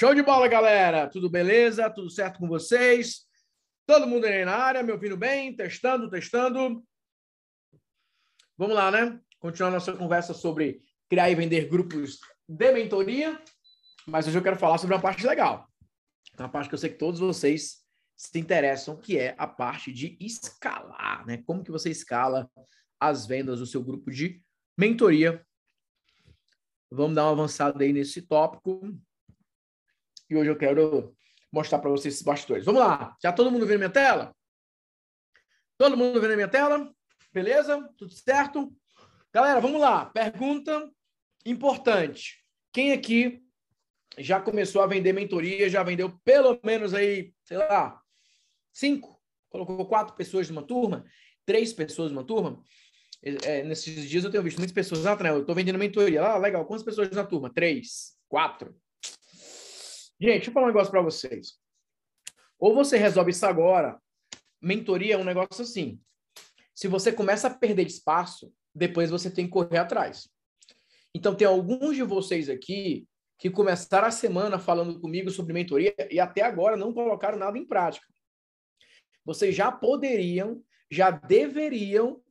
Show de bola, galera! Tudo beleza? Tudo certo com vocês? Todo mundo aí na área, me ouvindo bem? Testando, testando. Vamos lá, né? Continuar nossa conversa sobre criar e vender grupos de mentoria. Mas hoje eu quero falar sobre uma parte legal. Uma parte que eu sei que todos vocês se interessam, que é a parte de escalar, né? Como que você escala as vendas do seu grupo de mentoria. Vamos dar uma avançada aí nesse tópico. E hoje eu quero mostrar para vocês esses bastidores. Vamos lá. Já todo mundo vendo minha tela? Todo mundo vendo minha tela? Beleza? Tudo certo? Galera, vamos lá. Pergunta importante. Quem aqui já começou a vender mentoria, já vendeu pelo menos aí, sei lá, 5? Colocou 4 pessoas numa turma? 3 pessoas numa turma? Nesses dias eu tenho visto muitas pessoas, eu estou vendendo mentoria. Ah, legal. Quantas pessoas na turma? 3, 4. Gente, deixa eu falar um negócio para vocês. Ou você resolve isso agora. Mentoria é um negócio assim. Se você começa a perder espaço, depois você tem que correr atrás. Então, tem alguns de vocês aqui que começaram a semana falando comigo sobre mentoria e até agora não colocaram nada em prática. Vocês já poderiam, já deveriam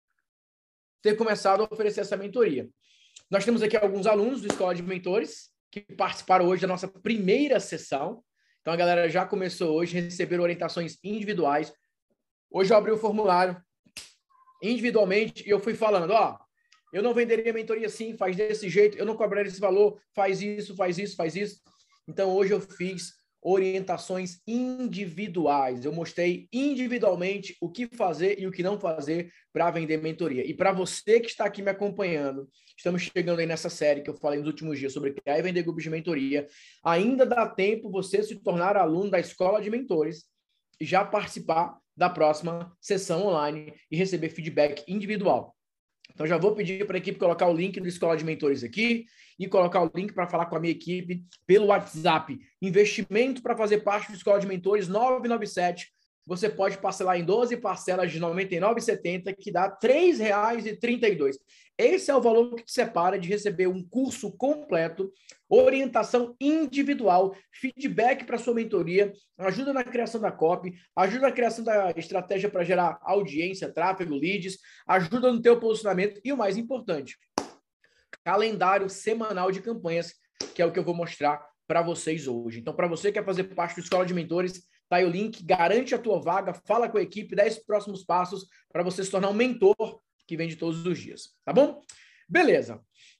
ter começado a oferecer essa mentoria. Nós temos aqui alguns alunos do Escola de Mentores que participaram hoje da nossa primeira sessão. Então, a galera já começou hoje a receber orientações individuais. Hoje eu abri o formulário individualmente e eu fui falando, eu não venderia mentoria assim, faz desse jeito, eu não cobraria esse valor, faz isso, faz isso, faz isso. Então, hoje eu fiz orientações individuais. Eu mostrei individualmente o que fazer e o que não fazer para vender mentoria. E para você que está aqui me acompanhando, estamos chegando aí nessa série que eu falei nos últimos dias sobre criar e vender grupos de mentoria. Ainda dá tempo você se tornar aluno da Escola de Mentores e já participar da próxima sessão online e receber feedback individual. Então, já vou pedir para a equipe colocar o link do Escola de Mentores aqui e colocar o link para falar com a minha equipe pelo WhatsApp. Investimento para fazer parte do Escola de Mentores 997. Você pode parcelar em 12 parcelas de R$ 99,70, que dá R$ 3,32. Esse é o valor que te separa de receber um curso completo, orientação individual, feedback para sua mentoria, ajuda na criação da copy, ajuda na criação da estratégia para gerar audiência, tráfego, leads, ajuda no teu posicionamento e o mais importante, calendário semanal de campanhas, que é o que eu vou mostrar para vocês hoje. Então, para você que quer fazer parte do Escola de Mentores, tá aí o link, garante a tua vaga, fala com a equipe, 10 próximos passos para você se tornar um mentor que vende todos os dias, tá bom? Beleza.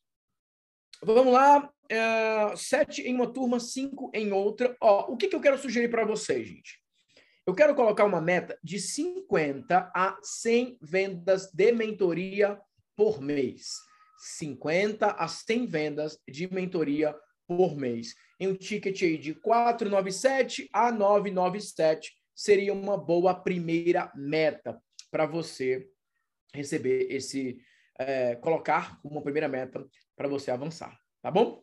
Vamos lá. 7 em uma turma, 5 em outra. O que eu quero sugerir para vocês, gente? Eu quero colocar uma meta de 50 a 100 vendas de mentoria por mês. 50 a 100 vendas de mentoria por mês. Em um ticket aí de 497 a 997 seria uma boa primeira meta para você receber esse, colocar como uma primeira meta para você avançar, tá bom?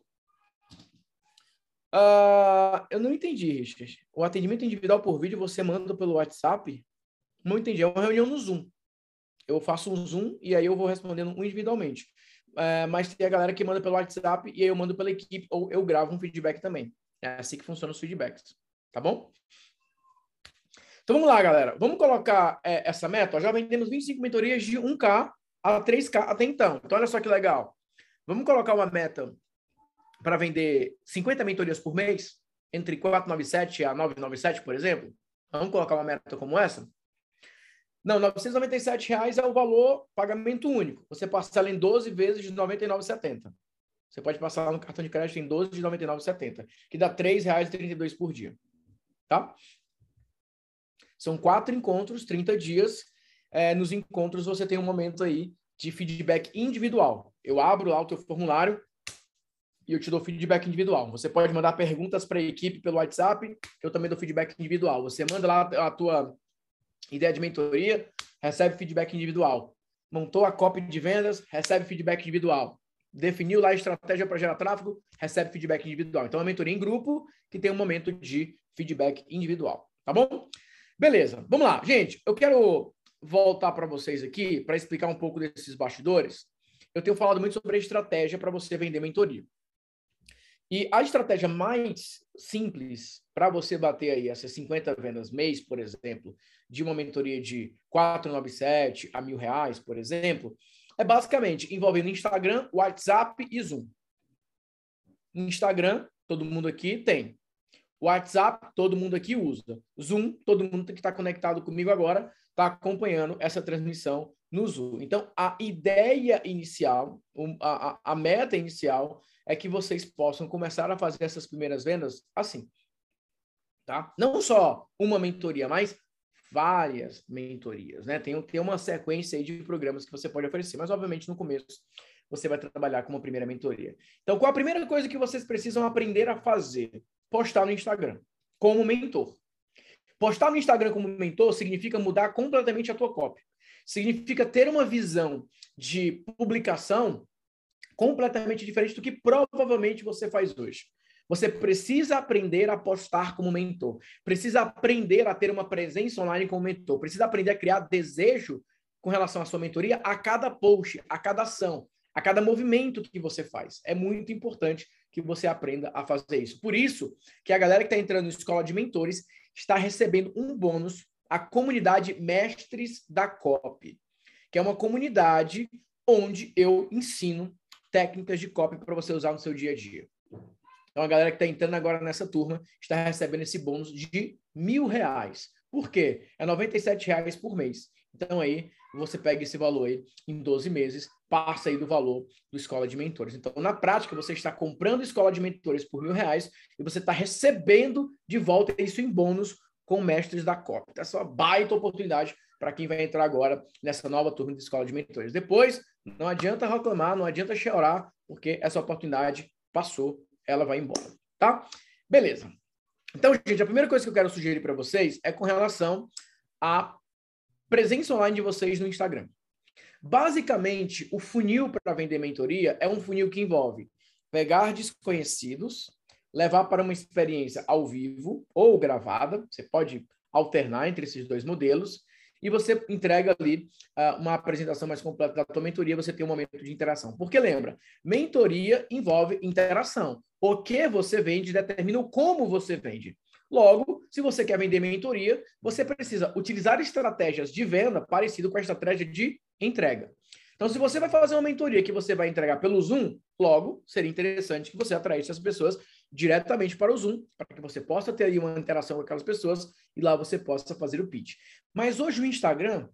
Eu não entendi, Richard. O atendimento individual por vídeo você manda pelo WhatsApp? Não entendi. É uma reunião no Zoom. Eu faço um Zoom e aí eu vou respondendo individualmente. Mas tem a galera que manda pelo WhatsApp e aí eu mando pela equipe ou eu gravo um feedback também. É assim que funcionam os feedbacks. Tá bom? Então vamos lá, galera. Vamos colocar essa meta. Já vendemos 25 mentorias de 1K a 3K até então. Então olha só que legal. Vamos colocar uma meta para vender 50 mentorias por mês, entre 497 a 997, por exemplo? Vamos colocar uma meta como essa? Não, R$ 997 é o valor pagamento único. Você parcela em 12 vezes de R$ 99,70. Você pode passar no cartão de crédito em 12 de R$ 99,70, que dá R$ 3,32 por dia. Tá? São 4 encontros, 30 dias. Nos encontros você tem um momento aí de feedback individual. Eu abro lá o teu formulário e eu te dou feedback individual. Você pode mandar perguntas para a equipe pelo WhatsApp, que eu também dou feedback individual. Você manda lá a tua ideia de mentoria, recebe feedback individual. Montou a copy de vendas, recebe feedback individual. Definiu lá a estratégia para gerar tráfego, recebe feedback individual. Então, é uma mentoria em grupo que tem um momento de feedback individual. Tá bom? Beleza. Vamos lá. Gente, eu quero voltar para vocês aqui para explicar um pouco desses bastidores. Eu tenho falado muito sobre a estratégia para você vender mentoria. E a estratégia mais simples para você bater aí essas 50 vendas mês, por exemplo, de uma mentoria de 497 a R$1.000, por exemplo, é basicamente envolvendo Instagram, WhatsApp e Zoom. Instagram, todo mundo aqui tem. WhatsApp, todo mundo aqui usa. Zoom, todo mundo que está conectado comigo agora está acompanhando essa transmissão no Zoom. Então, a ideia inicial, a meta inicial é que vocês possam começar a fazer essas primeiras vendas assim, tá? Não só uma mentoria, mas várias mentorias, né? Tem uma sequência aí de programas que você pode oferecer, mas obviamente no começo você vai trabalhar com uma primeira mentoria. Então, qual a primeira coisa que vocês precisam aprender a fazer? Postar no Instagram como mentor. Postar no Instagram como mentor significa mudar completamente a tua copy. Significa ter uma visão de publicação completamente diferente do que provavelmente você faz hoje. Você precisa aprender a postar como mentor. Precisa aprender a ter uma presença online como mentor. Precisa aprender a criar desejo com relação à sua mentoria a cada post, a cada ação, a cada movimento que você faz. É muito importante que você aprenda a fazer isso. Por isso que a galera que está entrando na Escola de Mentores está recebendo um bônus, a comunidade Mestres da Copy, que é uma comunidade onde eu ensino técnicas de copy para você usar no seu dia a dia. Então, a galera que está entrando agora nessa turma está recebendo esse bônus de R$1.000. Por quê? É R$97 por mês. Então, aí, você pega esse valor aí em 12 meses, passa aí do valor do Escola de Mentores. Então, na prática, você está comprando Escola de Mentores por R$1.000 e você está recebendo de volta isso em bônus com Mestres da Copy. Então, essa é uma baita oportunidade para quem vai entrar agora nessa nova turma de Escola de Mentores. Depois, não adianta reclamar, não adianta chorar, porque essa oportunidade passou, ela vai embora, tá? Beleza. Então, gente, a primeira coisa que eu quero sugerir para vocês é com relação à presença online de vocês no Instagram. Basicamente, o funil para vender mentoria é um funil que envolve pegar desconhecidos, levar para uma experiência ao vivo ou gravada, você pode alternar entre esses dois modelos, e você entrega ali uma apresentação mais completa da tua mentoria, você tem um momento de interação. Porque lembra, mentoria envolve interação. O que você vende determina o como você vende. Logo, se você quer vender mentoria, você precisa utilizar estratégias de venda parecido com a estratégia de entrega. Então, se você vai fazer uma mentoria que você vai entregar pelo Zoom, logo, seria interessante que você atraísse as pessoas diretamente para o Zoom, para que você possa ter aí uma interação com aquelas pessoas e lá você possa fazer o pitch. Mas hoje o Instagram,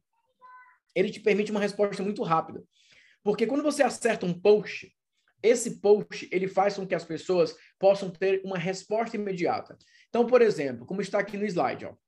ele te permite uma resposta muito rápida. Porque quando você acerta um post, esse post, ele faz com que as pessoas possam ter uma resposta imediata. Então, por exemplo, como está aqui no slide, ó,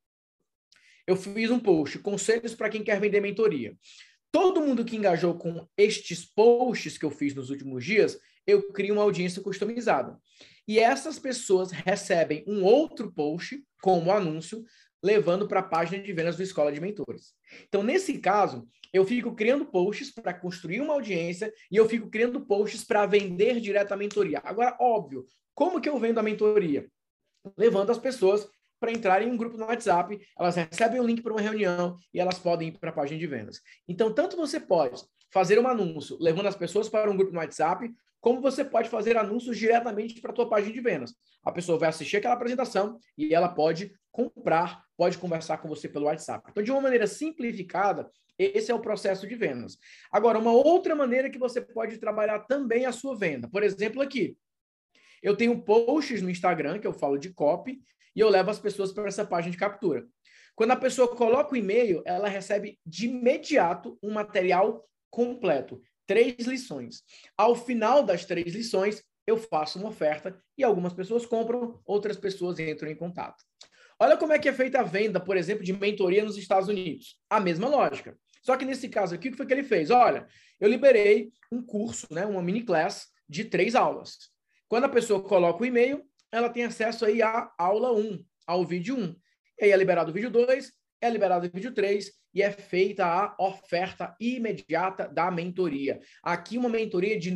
eu fiz um post, conselhos para quem quer vender mentoria. Todo mundo que engajou com estes posts que eu fiz nos últimos dias, eu crio uma audiência customizada. E essas pessoas recebem um outro post como anúncio, levando para a página de vendas do Escola de Mentores. Então, nesse caso, eu fico criando posts para construir uma audiência e eu fico criando posts para vender direto a mentoria. Agora, óbvio, como que eu vendo a mentoria? Levando as pessoas para entrarem em um grupo no WhatsApp, elas recebem o link para uma reunião e elas podem ir para a página de vendas. Então, tanto você pode fazer um anúncio levando as pessoas para um grupo no WhatsApp, como você pode fazer anúncios diretamente para a tua página de vendas. A pessoa vai assistir aquela apresentação e ela pode comprar, pode conversar com você pelo WhatsApp. Então, de uma maneira simplificada, esse é o processo de vendas. Agora, uma outra maneira que você pode trabalhar também a sua venda. Por exemplo, aqui, eu tenho posts no Instagram que eu falo de copy e eu levo as pessoas para essa página de captura. Quando a pessoa coloca o e-mail, ela recebe de imediato um material completo. 3 lições. Ao final das 3 lições, eu faço uma oferta e algumas pessoas compram, outras pessoas entram em contato. Olha como é que é feita a venda, por exemplo, de mentoria nos Estados Unidos. A mesma lógica. Só que nesse caso aqui, o que foi que ele fez? Olha, eu liberei um curso, né, uma mini class de 3 aulas. Quando a pessoa coloca o e-mail, ela tem acesso aí à aula 1, ao vídeo 1. E aí é liberado o vídeo 2, é liberado o vídeo 3 e é feita a oferta imediata da mentoria. Aqui uma mentoria de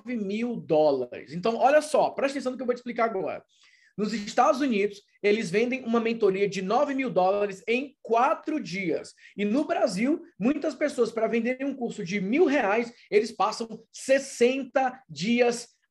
$9.000. Então, olha só, presta atenção no que eu vou te explicar agora. Nos Estados Unidos, eles vendem uma mentoria de $9.000 em 4 dias. E no Brasil, muitas pessoas, para venderem um curso de R$1.000, eles passam 60 dias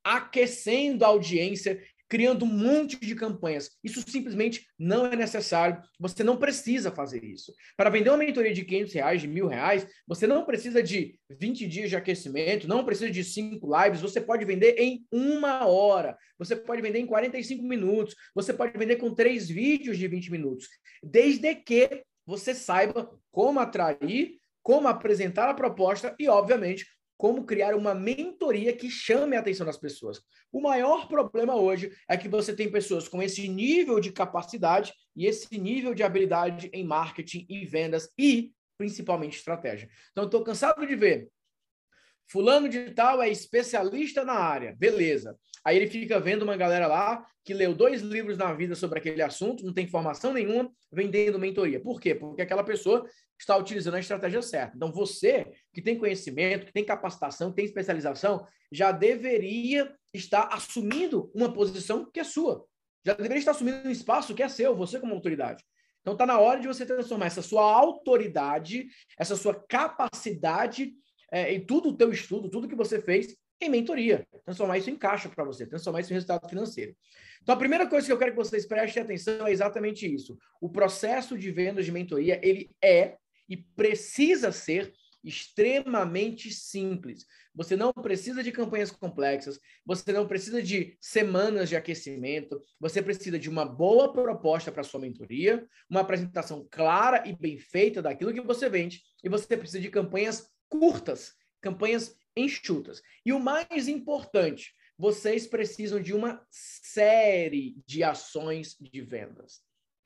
aquecendo a audiência, criando um monte de campanhas. Isso simplesmente não é necessário. Você não precisa fazer isso. Para vender uma mentoria de R$500, de R$1.000, você não precisa de 20 dias de aquecimento, não precisa de 5 lives. Você pode vender em 1 hora. Você pode vender em 45 minutos. Você pode vender com 3 vídeos de 20 minutos. Desde que você saiba como atrair, como apresentar a proposta e, obviamente, como criar uma mentoria que chame a atenção das pessoas. O maior problema hoje é que você tem pessoas com esse nível de capacidade e esse nível de habilidade em marketing e vendas e, principalmente, estratégia. Então, estou cansado de ver fulano de tal é especialista na área, beleza. Aí ele fica vendo uma galera lá que leu 2 livros na vida sobre aquele assunto, não tem formação nenhuma, vendendo mentoria. Por quê? Porque aquela pessoa está utilizando a estratégia certa. Então, você que tem conhecimento, que tem capacitação, que tem especialização, já deveria estar assumindo uma posição que é sua. Já deveria estar assumindo um espaço que é seu, você como autoridade. Então, está na hora de você transformar essa sua autoridade, essa sua capacidade e tudo o teu estudo, tudo que você fez em mentoria. Transformar isso em caixa para você, transformar isso em resultado financeiro. Então, a primeira coisa que eu quero que vocês prestem atenção é exatamente isso. O processo de vendas de mentoria, ele é e precisa ser extremamente simples. Você não precisa de campanhas complexas, você não precisa de semanas de aquecimento, você precisa de uma boa proposta para a sua mentoria, uma apresentação clara e bem feita daquilo que você vende, e você precisa de campanhas curtas, campanhas enxutas. E o mais importante, vocês precisam de uma série de ações de vendas.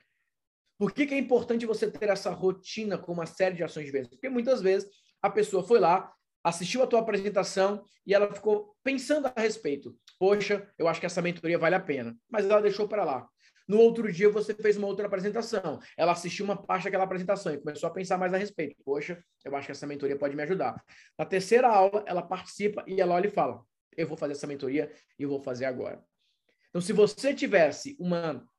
Por que é importante você ter essa rotina com uma série de ações de vendas? Porque muitas vezes a pessoa foi lá, assistiu a tua apresentação e ela ficou pensando a respeito. Poxa, eu acho que essa mentoria vale a pena. Mas ela deixou para lá. No outro dia, você fez uma outra apresentação. Ela assistiu uma parte daquela apresentação e começou a pensar mais a respeito. Poxa, eu acho que essa mentoria pode me ajudar. Na terceira aula, ela participa e ela olha e fala, eu vou fazer essa mentoria e eu vou fazer agora. Então, se você tivesse uma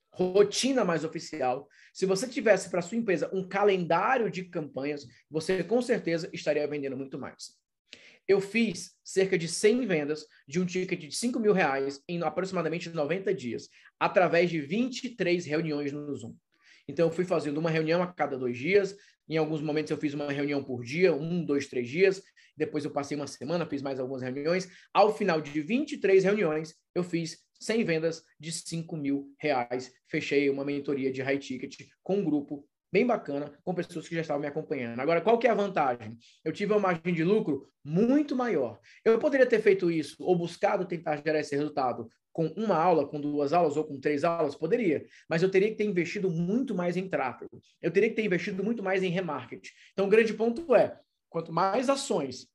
rotina mais oficial, se você tivesse para sua empresa um calendário de campanhas, você com certeza estaria vendendo muito mais. Eu fiz cerca de 100 vendas de um ticket de R$5.000 em aproximadamente 90 dias, através de 23 reuniões no Zoom. Então, eu fui fazendo uma reunião a cada 2 dias, em alguns momentos eu fiz uma reunião por dia, 1, 2, 3 dias, depois eu passei uma semana, fiz mais algumas reuniões. Ao final de 23 reuniões, eu fiz 100 vendas de R$5.000. Fechei uma mentoria de high ticket com um grupo bem bacana, com pessoas que já estavam me acompanhando. Agora, qual que é a vantagem? Eu tive uma margem de lucro muito maior. Eu poderia ter feito isso ou buscado tentar gerar esse resultado com 1 aula, com 2 aulas ou com 3 aulas? Poderia, mas eu teria que ter investido muito mais em tráfego. Eu teria que ter investido muito mais em remarketing. Então, o grande ponto é, quanto mais ações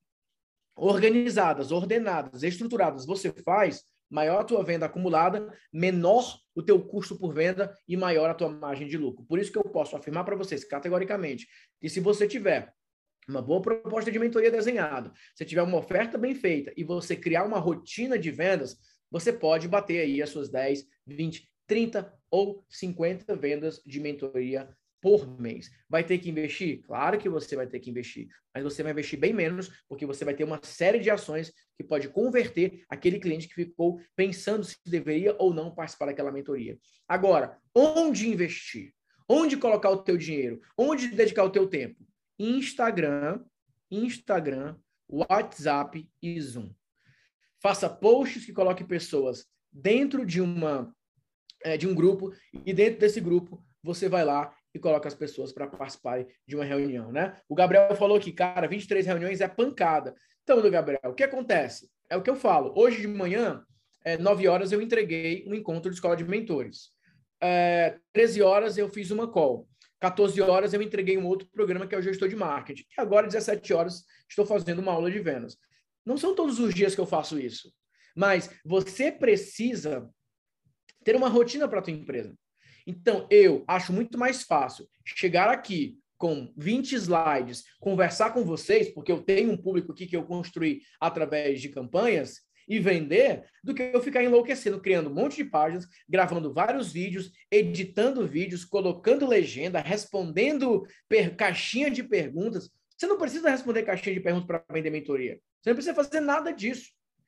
organizadas, ordenadas, estruturadas você faz, maior a tua venda acumulada, menor o teu custo por venda e maior a tua margem de lucro. Por isso que eu posso afirmar para vocês, categoricamente, que se você tiver uma boa proposta de mentoria desenhada, se tiver uma oferta bem feita e você criar uma rotina de vendas, você pode bater aí as suas 10, 20, 30 ou 50 vendas de mentoria por mês. Vai ter que investir? Claro que você vai ter que investir, mas você vai investir bem menos, porque você vai ter uma série de ações que pode converter aquele cliente que ficou pensando se deveria ou não participar daquela mentoria. Agora, onde investir? Onde colocar o teu dinheiro? Onde dedicar o teu tempo? Instagram, WhatsApp e Zoom. Faça posts que coloquem pessoas dentro de um grupo e dentro desse grupo você vai lá e coloca as pessoas para participarem de uma reunião, né? O Gabriel falou que, cara, 23 reuniões é pancada. Então, Gabriel, o que acontece? É o que eu falo. Hoje de manhã, 9 horas, eu entreguei um encontro de escola de mentores. 13 horas, eu fiz uma call. 14 horas, eu entreguei um outro programa que é o gestor de marketing. E agora, 17 horas, estou fazendo uma aula de vendas. Não são todos os dias que eu faço isso, mas você precisa ter uma rotina para a tua empresa. Então, eu acho muito mais fácil chegar aqui com 20 slides, conversar com vocês, porque eu tenho um público aqui que eu construí através de campanhas, e vender, do que eu ficar enlouquecendo, criando um monte de páginas, gravando vários vídeos, editando vídeos, colocando legenda, respondendo caixinha de perguntas. Você não precisa responder caixinha de perguntas para vender mentoria. Você não precisa fazer nada disso.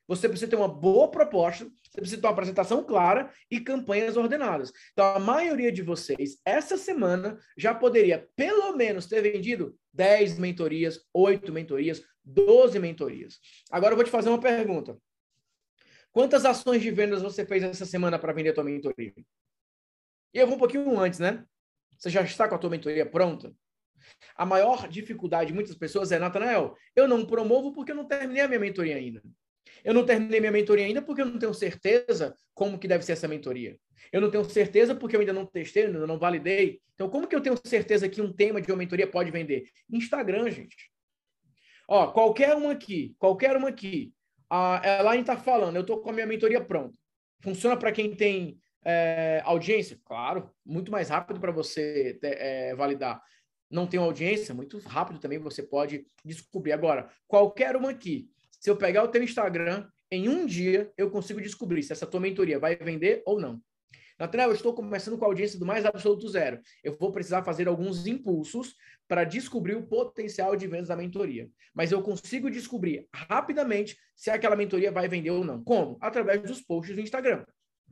Você precisa ter uma boa proposta, você precisa ter uma apresentação clara e campanhas ordenadas. Então, a maioria de vocês, essa semana, já poderia, pelo menos, ter vendido 10 mentorias, 8 mentorias, 12 mentorias. Agora, eu vou te fazer uma pergunta. Quantas ações de vendas você fez essa semana para vender a tua mentoria? E eu vou um pouquinho antes, né? Você já está com a tua mentoria pronta? A maior dificuldade de muitas pessoas é, Natanael, eu não promovo porque eu não terminei a minha mentoria ainda. Eu não terminei minha mentoria ainda porque eu não tenho certeza como que deve ser essa mentoria. Eu não tenho certeza porque eu ainda não testei, ainda não validei. Então, como que eu tenho certeza que um tema de uma mentoria pode vender? Instagram, gente. Ó, qualquer uma aqui, a Elaine está falando, eu estou com a minha mentoria pronta. Funciona para quem tem audiência? Claro, muito mais rápido para você validar. Não tem audiência? Muito rápido também você pode descobrir. Agora, qualquer uma aqui, se eu pegar o teu Instagram, em um dia eu consigo descobrir se essa tua mentoria vai vender ou não. Natanael, eu estou começando com a audiência do mais absoluto zero. Eu vou precisar fazer alguns impulsos para descobrir o potencial de vendas da mentoria. Mas eu consigo descobrir rapidamente se aquela mentoria vai vender ou não. Como? Através dos posts do Instagram.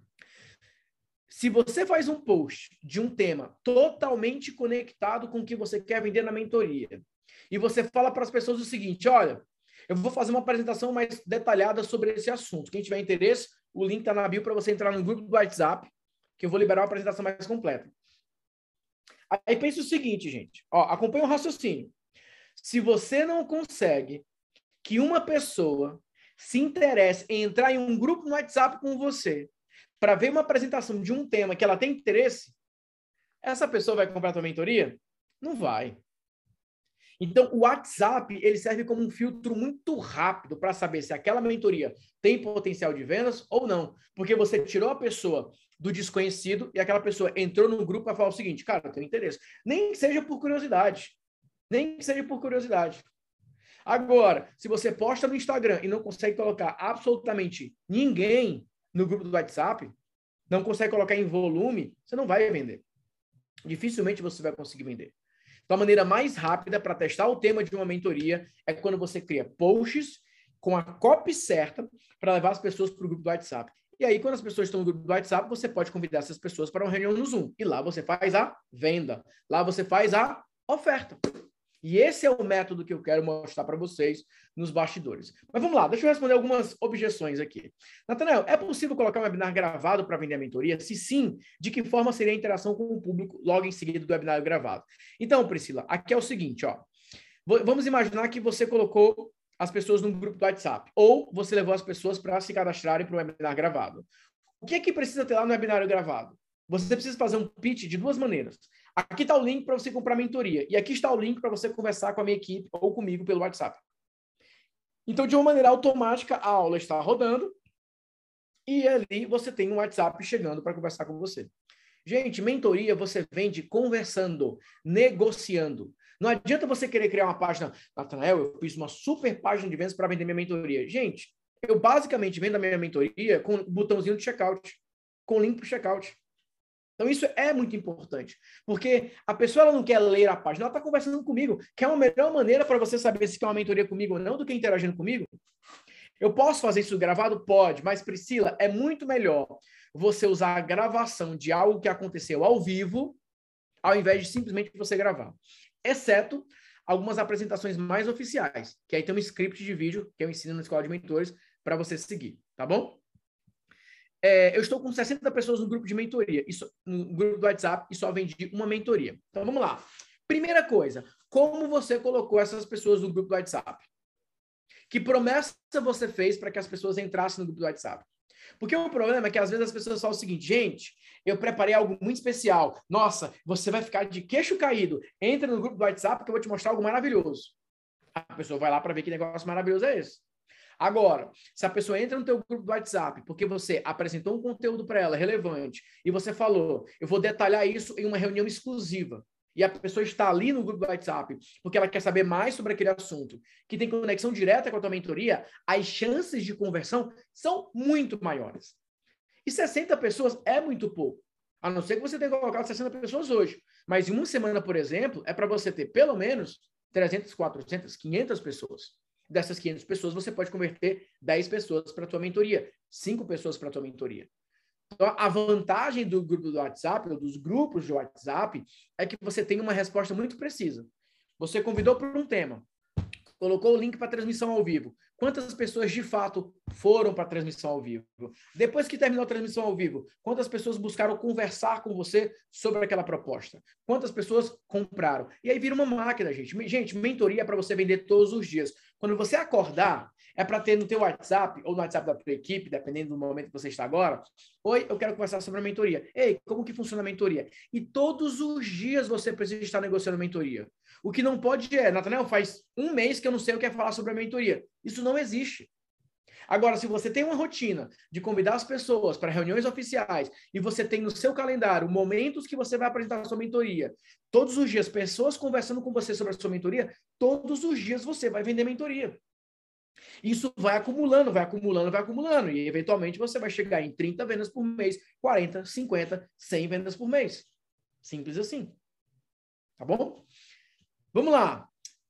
Se você faz um post de um tema totalmente conectado com o que você quer vender na mentoria, e você fala para as pessoas o seguinte, olha, eu vou fazer uma apresentação mais detalhada sobre esse assunto. Quem tiver interesse, o link está na bio para você entrar no grupo do WhatsApp, que eu vou liberar uma apresentação mais completa. Aí pense o seguinte, gente. Ó, acompanha o raciocínio. Se você não consegue que uma pessoa se interesse em entrar em um grupo no WhatsApp com você para ver uma apresentação de um tema que ela tem interesse, essa pessoa vai comprar a tua mentoria? Não vai. Então, o WhatsApp, ele serve como um filtro muito rápido para saber se aquela mentoria tem potencial de vendas ou não. Porque você tirou a pessoa do desconhecido e aquela pessoa entrou no grupo para falar o seguinte, cara, eu tenho interesse. Nem que seja por curiosidade. Nem que seja por curiosidade. Agora, se você posta no Instagram e não consegue colocar absolutamente ninguém no grupo do WhatsApp, não consegue colocar em volume, você não vai vender. Dificilmente você vai conseguir vender. Então, a maneira mais rápida para testar o tema de uma mentoria é quando você cria posts com a copy certa para levar as pessoas para o grupo do WhatsApp. E aí, quando as pessoas estão no grupo do WhatsApp, você pode convidar essas pessoas para uma reunião no Zoom. E lá você faz a venda. Lá você faz a oferta. E esse é o método que eu quero mostrar para vocês nos bastidores. Mas vamos lá, deixa eu responder algumas objeções aqui. Natanael, é possível colocar um webinar gravado para vender a mentoria? Se sim, de que forma seria a interação com o público logo em seguida do webinar gravado? Então, Priscila, aqui é o seguinte, ó. Vamos imaginar que você colocou as pessoas num grupo do WhatsApp, ou você levou as pessoas para se cadastrarem para o webinar gravado. O que é que precisa ter lá no webinar gravado? Você precisa fazer um pitch de duas maneiras. Aqui está o link para você comprar mentoria. E aqui está o link para você conversar com a minha equipe ou comigo pelo WhatsApp. Então, de uma maneira automática, a aula está rodando e ali você tem um WhatsApp chegando para conversar com você. Gente, mentoria você vende conversando, negociando. Não adianta você querer criar uma página. Natanael, eu fiz uma super página de vendas para vender minha mentoria. Gente, eu basicamente vendo a minha mentoria com um botãozinho de checkout, com link para o checkout. Então, isso é muito importante, porque a pessoa ela não quer ler a página, ela está conversando comigo. Quer uma melhor maneira para você saber se quer uma mentoria comigo ou não do que interagindo comigo? Eu posso fazer isso gravado? Pode, mas, Priscila, é muito melhor você usar a gravação de algo que aconteceu ao vivo, ao invés de simplesmente você gravar. Exceto algumas apresentações mais oficiais, que aí tem um script de vídeo que eu ensino na Escola de Mentores para você seguir, tá bom? Eu estou com 60 pessoas no grupo de mentoria, no grupo do WhatsApp, e só vendi uma mentoria. Então, vamos lá. Primeira coisa, como você colocou essas pessoas no grupo do WhatsApp? Que promessa você fez para que as pessoas entrassem no grupo do WhatsApp? Porque o problema é que, às vezes, as pessoas falam o seguinte, gente, eu preparei algo muito especial. Nossa, você vai ficar de queixo caído. Entra no grupo do WhatsApp que eu vou te mostrar algo maravilhoso. A pessoa vai lá para ver que negócio maravilhoso é esse. Agora, se a pessoa entra no teu grupo do WhatsApp porque você apresentou um conteúdo para ela relevante e você falou, eu vou detalhar isso em uma reunião exclusiva, e a pessoa está ali no grupo do WhatsApp porque ela quer saber mais sobre aquele assunto, que tem conexão direta com a tua mentoria, as chances de conversão são muito maiores. E 60 pessoas é muito pouco, a não ser que você tenha colocado 60 pessoas hoje. Mas em uma semana, por exemplo, é para você ter pelo menos 300, 400, 500 pessoas. Dessas 500 pessoas, você pode converter 10 pessoas para a tua mentoria, 5 pessoas para a tua mentoria. Então, a vantagem do grupo do WhatsApp, ou dos grupos de WhatsApp, é que você tem uma resposta muito precisa. Você convidou por um tema, colocou o link para a transmissão ao vivo. Quantas pessoas, de fato, foram para a transmissão ao vivo? Depois que terminou a transmissão ao vivo, quantas pessoas buscaram conversar com você sobre aquela proposta? Quantas pessoas compraram? E aí vira uma máquina, gente. Gente, mentoria é para você vender todos os dias. Quando você acordar, é para ter no teu WhatsApp ou no WhatsApp da tua equipe, dependendo do momento que você está agora. Oi, eu quero conversar sobre a mentoria. Ei, como que funciona a mentoria? E todos os dias você precisa estar negociando a mentoria. O que não pode Nathanael, faz um mês que eu não sei o que é falar sobre a mentoria. Isso não existe. Agora, se você tem uma rotina de convidar as pessoas para reuniões oficiais e você tem no seu calendário momentos que você vai apresentar a sua mentoria, todos os dias, pessoas conversando com você sobre a sua mentoria, todos os dias você vai vender mentoria. Isso vai acumulando, vai acumulando, vai acumulando. E, eventualmente, você vai chegar em 30 vendas por mês, 40, 50, 100 vendas por mês. Simples assim. Tá bom? Vamos lá.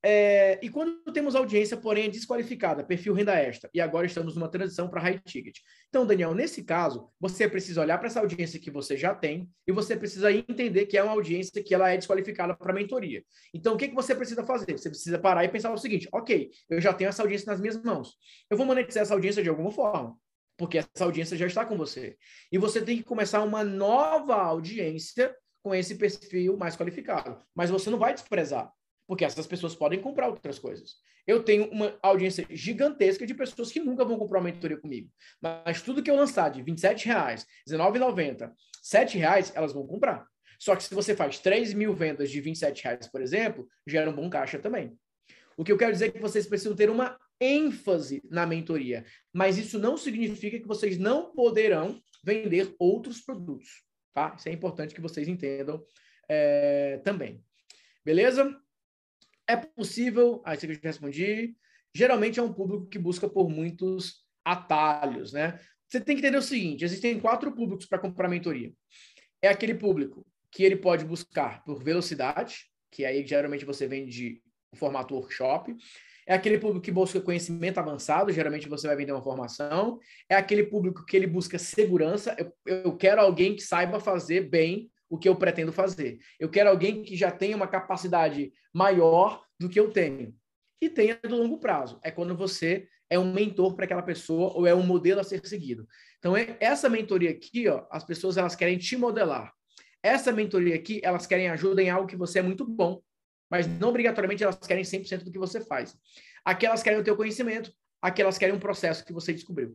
E quando temos audiência, porém, é desqualificada, perfil renda extra, e agora estamos numa transição para high ticket. Então, Daniel, nesse caso, você precisa olhar para essa audiência que você já tem e você precisa entender que é uma audiência que ela é desqualificada para mentoria. Então, o que você precisa fazer? Você precisa parar e pensar o seguinte, ok, eu já tenho essa audiência nas minhas mãos. Eu vou monetizar essa audiência de alguma forma, porque essa audiência já está com você. E você tem que começar uma nova audiência com esse perfil mais qualificado. Mas você não vai desprezar, porque essas pessoas podem comprar outras coisas. Eu tenho uma audiência gigantesca de pessoas que nunca vão comprar uma mentoria comigo. Mas tudo que eu lançar de R$27, R$19,90, R$7, elas vão comprar. Só que se você faz 3 mil vendas de R$27, por exemplo, gera um bom caixa também. O que eu quero dizer é que vocês precisam ter uma ênfase na mentoria. Mas isso não significa que vocês não poderão vender outros produtos. Tá? Isso é importante que vocês entendam também. Beleza? É possível, isso aqui eu já respondi, geralmente é um público que busca por muitos atalhos, né? Você tem que entender o seguinte, existem 4 públicos para comprar mentoria. É aquele público que ele pode buscar por velocidade, que aí geralmente você vende o formato workshop. É aquele público que busca conhecimento avançado, geralmente você vai vender uma formação. É aquele público que ele busca segurança, eu quero alguém que saiba fazer bem o que eu pretendo fazer. Eu quero alguém que já tenha uma capacidade maior do que eu tenho. E tenha do longo prazo. É quando você é um mentor para aquela pessoa ou é um modelo a ser seguido. Então, essa mentoria aqui, ó, as pessoas elas querem te modelar. Essa mentoria aqui, elas querem ajuda em algo que você é muito bom, mas não obrigatoriamente elas querem 100% do que você faz. Aqui elas querem o teu conhecimento, aqui elas querem um processo que você descobriu.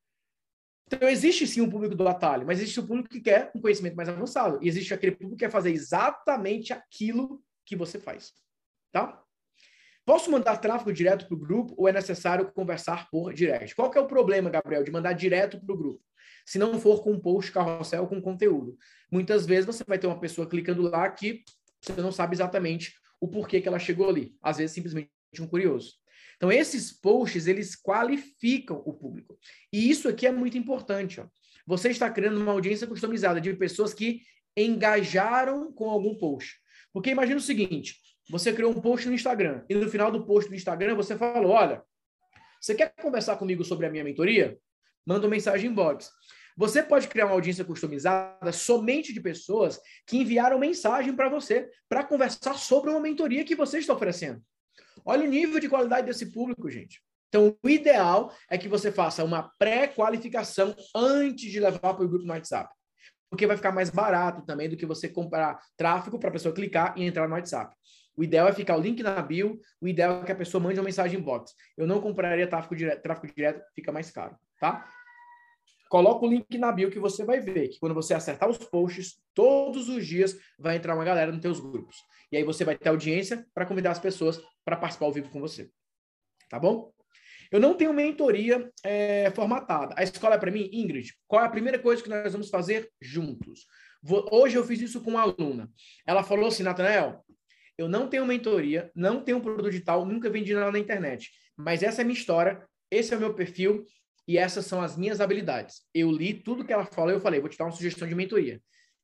Então, existe sim um público do atalho, mas existe o público que quer um conhecimento mais avançado. E existe aquele público que quer fazer exatamente aquilo que você faz. Tá? Posso mandar tráfego direto para o grupo ou é necessário conversar por direct? Qual que é o problema, Gabriel, de mandar direto para o grupo? Se não for com um post carrossel com conteúdo. Muitas vezes você vai ter uma pessoa clicando lá que você não sabe exatamente o porquê que ela chegou ali. Às vezes, simplesmente um curioso. Então, esses posts, eles qualificam o público. E isso aqui é muito importante. Ó. Você está criando uma audiência customizada de pessoas que engajaram com algum post. Porque imagina o seguinte, você criou um post no Instagram e no final do post do Instagram você falou, olha, você quer conversar comigo sobre a minha mentoria? Manda uma mensagem inbox. Você pode criar uma audiência customizada somente de pessoas que enviaram mensagem para você para conversar sobre uma mentoria que você está oferecendo. Olha o nível de qualidade desse público, gente. Então, o ideal é que você faça uma pré-qualificação antes de levar para o grupo no WhatsApp. Porque vai ficar mais barato também do que você comprar tráfego para a pessoa clicar e entrar no WhatsApp. O ideal é ficar o link na bio, o ideal é que a pessoa mande uma mensagem inbox. Eu não compraria tráfego direto, fica mais caro, tá? Coloca o link na bio que você vai ver que quando você acertar os posts, todos os dias vai entrar uma galera nos teus grupos. E aí você vai ter audiência para convidar as pessoas para participar ao vivo com você. Tá bom? Eu não tenho mentoria formatada. A escola é para mim, Ingrid, qual é a primeira coisa que nós vamos fazer juntos? Hoje eu fiz isso com uma aluna. Ela falou assim, Nathanael, eu não tenho mentoria, não tenho produto digital, nunca vendi nada na internet. Mas essa é a minha história, esse é o meu perfil e essas são as minhas habilidades. Eu li tudo que ela falou e eu falei, vou te dar uma sugestão de mentoria.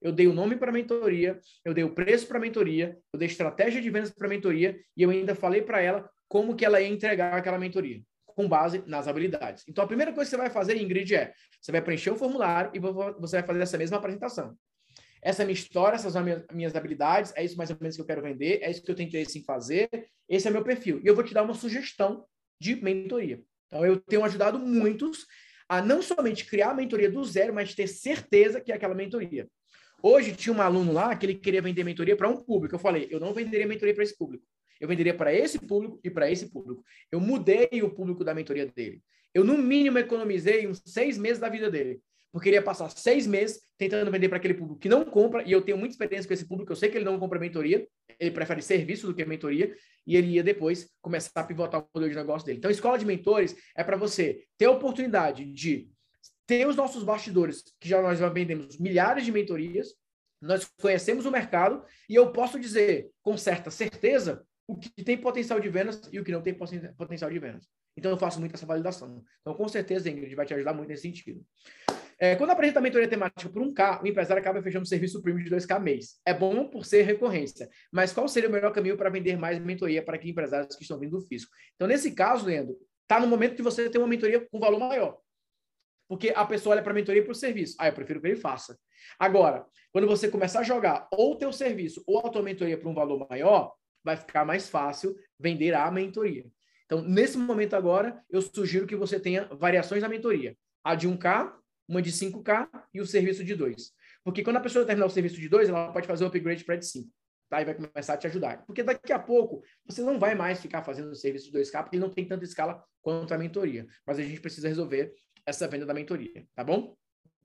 eu dei o nome para a mentoria, eu dei o preço para a mentoria, eu dei estratégia de vendas para a mentoria e eu ainda falei para ela como que ela ia entregar aquela mentoria, com base nas habilidades. Então, a primeira coisa que você vai fazer, Ingrid, você vai preencher o formulário e você vai fazer essa mesma apresentação. Essa é a minha história, essas são as minhas habilidades, é isso mais ou menos que eu quero vender, é isso que eu tenho interesse em fazer, esse é meu perfil. E eu vou te dar uma sugestão de mentoria. Então, eu tenho ajudado muitos a não somente criar a mentoria do zero, mas ter certeza que é aquela mentoria. Hoje, tinha um aluno lá que ele queria vender mentoria para um público. Eu falei, eu não venderia mentoria para esse público. Eu venderia para esse público e para esse público. Eu mudei o público da mentoria dele. Eu, no mínimo, economizei uns 6 meses da vida dele. Porque ele ia passar 6 meses tentando vender para aquele público que não compra, e eu tenho muita experiência com esse público, eu sei que ele não compra mentoria, ele prefere serviço do que mentoria, e ele ia depois começar a pivotar o modelo de negócio dele. Então, a escola de mentores é para você ter a oportunidade de ter os nossos bastidores, que nós já vendemos milhares de mentorias, nós conhecemos o mercado, e eu posso dizer com certa certeza o que tem potencial de vendas e o que não tem potencial de vendas. Então, eu faço muito essa validação. Então, com certeza, Ingrid, vai te ajudar muito nesse sentido. Quando apresenta a mentoria temática por 1K, o empresário acaba fechando um serviço premium de 2K mês. É bom por ser recorrência, mas qual seria o melhor caminho para vender mais mentoria para aqueles empresários que estão vindo do físico? Então, nesse caso, Leandro, está no momento de você ter uma mentoria com valor maior. Porque a pessoa olha para a mentoria e para o serviço. Eu prefiro que ele faça. Agora, quando você começar a jogar ou o teu serviço ou a tua mentoria para um valor maior, vai ficar mais fácil vender a mentoria. Então, nesse momento agora, eu sugiro que você tenha variações da mentoria. A de 1K, uma de 5K e o serviço de 2. Porque quando a pessoa terminar o serviço de 2, ela pode fazer o upgrade para de 5. Tá? E vai começar a te ajudar. Porque daqui a pouco, você não vai mais ficar fazendo o serviço de 2K, porque ele não tem tanta escala quanto a mentoria. Mas a gente precisa resolver essa venda da mentoria, tá bom?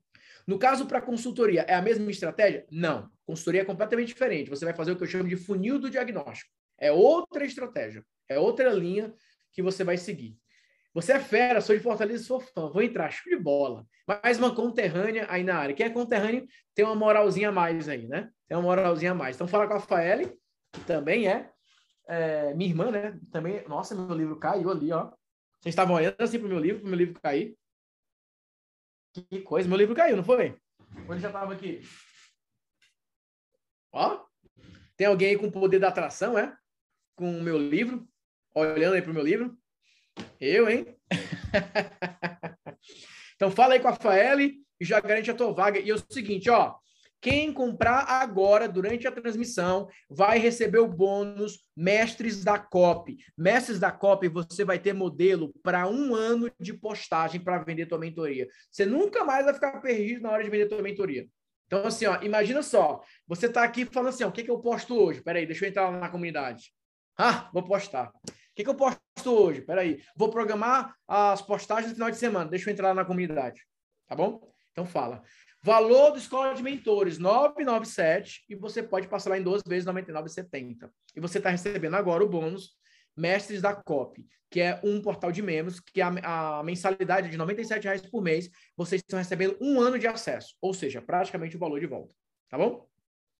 No caso, para consultoria, é a mesma estratégia? Não. Consultoria é completamente diferente. Você vai fazer o que eu chamo de funil do diagnóstico. É outra estratégia. É outra linha que você vai seguir. Você é fera, sou de Fortaleza, sou fã, vou entrar, show de bola. Mais uma conterrânea aí na área. Quem é conterrâneo tem uma moralzinha a mais aí, né? Tem uma moralzinha a mais. Então, fala com a Faele, que também é minha irmã, né? Também, nossa, meu livro caiu ali, ó. Vocês estavam olhando assim pro meu livro cair. Que coisa, meu livro caiu, não foi? Onde já estava aqui? Ó, tem alguém aí com o poder da atração, com o meu livro, olhando aí pro meu livro. Eu, hein? Então, fala aí com a Faele e já garante a tua vaga. E é o seguinte, ó, quem comprar agora, durante a transmissão, vai receber o bônus Mestres da Copy. Mestres da Copy, você vai ter modelo para 1 ano de postagem para vender tua mentoria. Você nunca mais vai ficar perdido na hora de vender tua mentoria. Então, assim, ó, imagina só, você tá aqui falando assim, ó, o que eu posto hoje? Peraí, deixa eu entrar lá na comunidade. Vou postar. O que eu posto hoje? Peraí, vou programar as postagens no final de semana. Deixa eu entrar lá na comunidade. Tá bom? Então, fala. Valor do Escola de Mentores, 997, e você pode passar lá em 2 vezes 99,70. E você está recebendo agora o bônus Mestres da Copy, que é um portal de membros, que a mensalidade é de R$ 97,00 por mês, vocês estão recebendo 1 ano de acesso, ou seja, praticamente o valor de volta. Tá bom?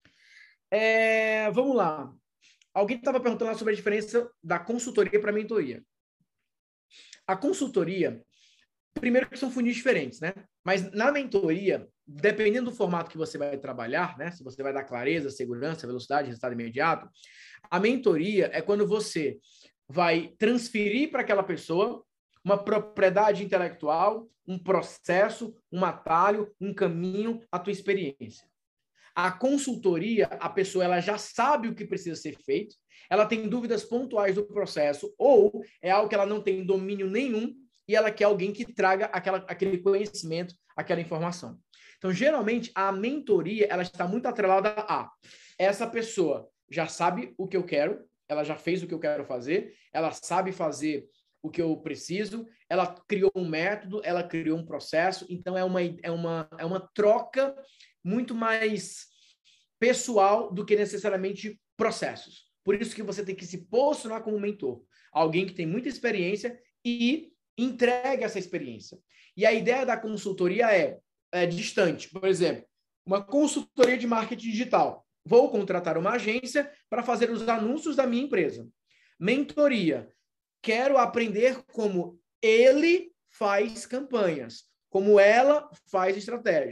Vamos lá. Alguém estava perguntando lá sobre a diferença da consultoria para a mentoria. A consultoria, primeiro que são funis diferentes, né? Mas na mentoria, dependendo do formato que você vai trabalhar, né? Se você vai dar clareza, segurança, velocidade, resultado imediato, a mentoria é quando você vai transferir para aquela pessoa uma propriedade intelectual, um processo, um atalho, um caminho, a tua experiência. A consultoria, a pessoa ela já sabe o que precisa ser feito, ela tem dúvidas pontuais do processo, ou é algo que ela não tem domínio nenhum, e ela quer alguém que traga aquele conhecimento, aquela informação. Então, geralmente, a mentoria ela está muito atrelada a essa pessoa já sabe o que eu quero, ela já fez o que eu quero fazer, ela sabe fazer o que eu preciso, ela criou um método, ela criou um processo, então é uma troca muito mais pessoal do que necessariamente processos. Por isso que você tem que se posicionar como mentor. Alguém que tem muita experiência e entregue essa experiência. E a ideia da consultoria é distante. Por exemplo, uma consultoria de marketing digital. Vou contratar uma agência para fazer os anúncios da minha empresa. Mentoria. Quero aprender como ele faz campanhas, como ela faz estratégias.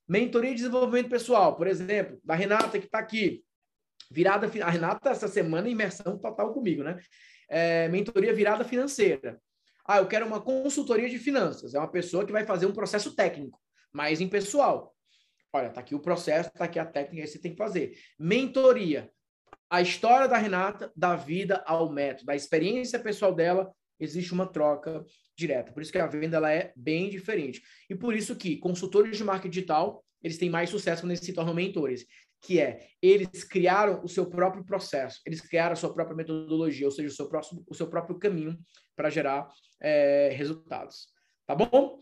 Mentoria de desenvolvimento pessoal, por exemplo, da Renata, que está aqui. A Renata, essa semana, imersão total comigo, né? Mentoria virada financeira. Eu quero uma consultoria de finanças. É uma pessoa que vai fazer um processo técnico, mas impessoal. Olha, tá aqui o processo, tá aqui a técnica, aí você tem que fazer. Mentoria. A história da Renata, da vida ao método, da experiência pessoal dela, existe uma troca direta. Por isso que a venda ela é bem diferente. E por isso que consultores de marketing digital, eles têm mais sucesso quando eles se tornam mentores, que eles criaram o seu próprio processo, eles criaram a sua própria metodologia, ou seja, o seu próprio caminho para gerar resultados. Tá bom?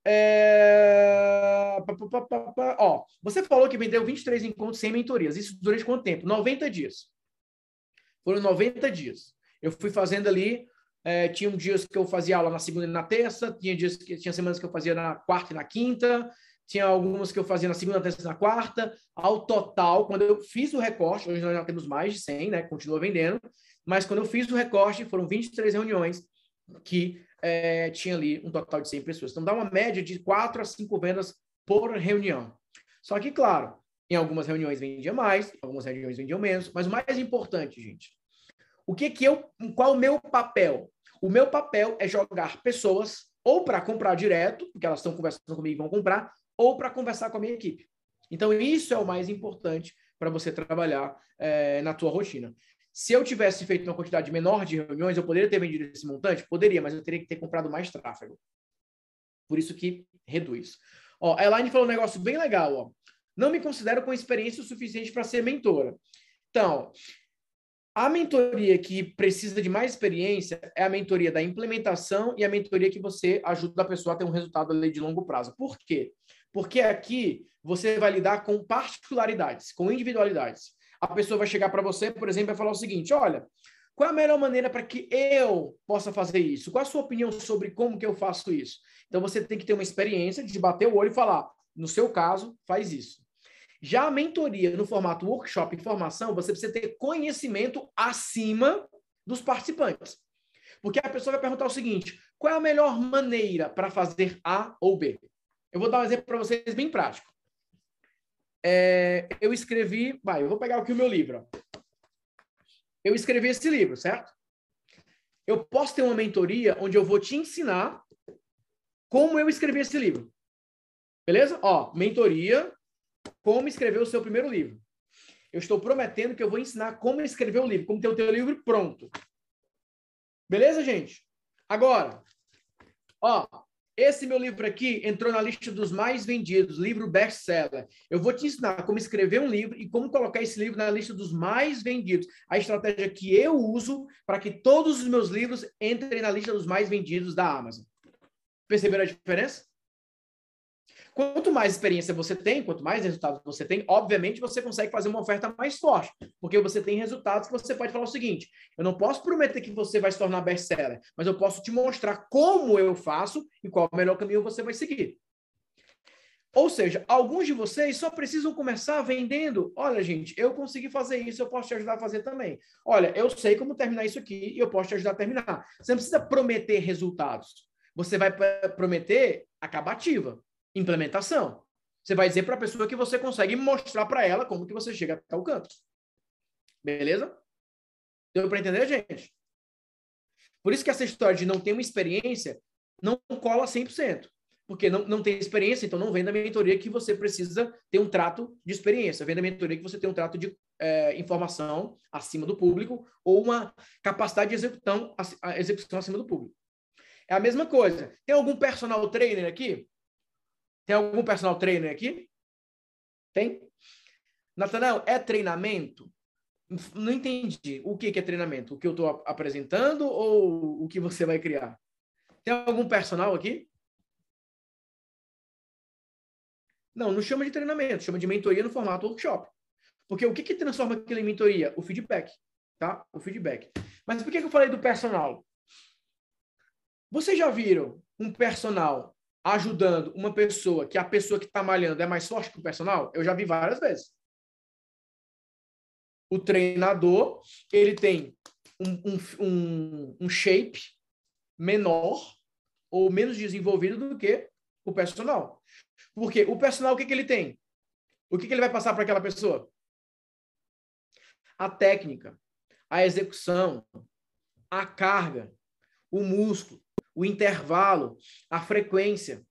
Você falou que vendeu 23 encontros sem mentorias. Isso durante quanto tempo? 90 dias. Foram 90 dias. Eu fui fazendo ali, tinha dias que eu fazia aula na segunda e na terça, tinha semanas que eu fazia na quarta e na quinta, tinha algumas que eu fazia na segunda, na terça e na quarta. Ao total, quando eu fiz o recorte, hoje nós já temos mais de 100, né? Continua vendendo, mas quando eu fiz o recorte, foram 23 reuniões que tinha ali um total de 100 pessoas. Então, dá uma média de 4 a 5 vendas por reunião. Só que, claro, em algumas reuniões vendia mais, em algumas reuniões vendiam menos, mas o mais importante, gente, qual o meu papel? O meu papel é jogar pessoas ou para comprar direto, porque elas estão conversando comigo e vão comprar, ou para conversar com a minha equipe. Então, isso é o mais importante para você trabalhar na tua rotina. Se eu tivesse feito uma quantidade menor de reuniões, eu poderia ter vendido esse montante? Poderia, mas eu teria que ter comprado mais tráfego. Por isso que reduz. A Elaine falou um negócio bem legal. Não me considero com experiência o suficiente para ser mentora. Então, a mentoria que precisa de mais experiência é a mentoria da implementação e a mentoria que você ajuda a pessoa a ter um resultado ali de longo prazo. Por quê? Porque aqui você vai lidar com particularidades, com individualidades. A pessoa vai chegar para você, por exemplo, e vai falar o seguinte: olha, qual é a melhor maneira para que eu possa fazer isso? Qual a sua opinião sobre como que eu faço isso? Então, você tem que ter uma experiência de bater o olho e falar, no seu caso, faz isso. Já a mentoria no formato workshop e formação, você precisa ter conhecimento acima dos participantes. Porque a pessoa vai perguntar o seguinte: qual é a melhor maneira para fazer A ou B? Eu vou dar um exemplo para vocês bem prático. Eu escrevi... eu vou pegar aqui o meu livro. Eu escrevi esse livro, certo? Eu posso ter uma mentoria onde eu vou te ensinar como eu escrevi esse livro. Beleza? Mentoria, como escrever o seu primeiro livro. Eu estou prometendo que eu vou ensinar como escrever o livro, como ter o teu livro pronto. Beleza, gente? Agora, esse meu livro aqui entrou na lista dos mais vendidos, livro best-seller. Eu vou te ensinar como escrever um livro e como colocar esse livro na lista dos mais vendidos. A estratégia que eu uso para que todos os meus livros entrem na lista dos mais vendidos da Amazon. Perceberam a diferença? Quanto mais experiência você tem, quanto mais resultados você tem, obviamente você consegue fazer uma oferta mais forte, porque você tem resultados que você pode falar o seguinte: eu não posso prometer que você vai se tornar best-seller, mas eu posso te mostrar como eu faço e qual o melhor caminho você vai seguir. Ou seja, alguns de vocês só precisam começar vendendo. Olha, gente, eu consegui fazer isso, eu posso te ajudar a fazer também. Olha, eu sei como terminar isso aqui e eu posso te ajudar a terminar. Você não precisa prometer resultados. Você vai prometer acabativa. Implementação. Você vai dizer para a pessoa que você consegue mostrar para ela como que você chega até o canto. Beleza? Deu para entender, gente? Por isso que essa história de não ter uma experiência não cola 100%. Porque não tem experiência, então não vem da mentoria que você precisa ter um trato de experiência. Vem da mentoria que você tem um trato de informação acima do público ou uma capacidade de execução acima do público. É a mesma coisa. Tem algum personal trainer aqui? Tem algum personal trainer aqui? Tem? Natanael, é treinamento? Não entendi. O que é treinamento? O que eu estou apresentando ou o que você vai criar? Tem algum personal aqui? Não chama de treinamento, chama de mentoria no formato workshop. Porque o que transforma aquilo em mentoria? O feedback. Tá? O feedback. Mas por que eu falei do personal? Vocês já viram um personal ajudando uma pessoa que a pessoa que está malhando é mais forte que o personal? Eu já vi várias vezes. O treinador, ele tem um shape menor ou menos desenvolvido do que o personal. Porque o personal, o que ele tem? O que ele vai passar para aquela pessoa? A técnica, a execução, a carga, o músculo, o intervalo, a frequência,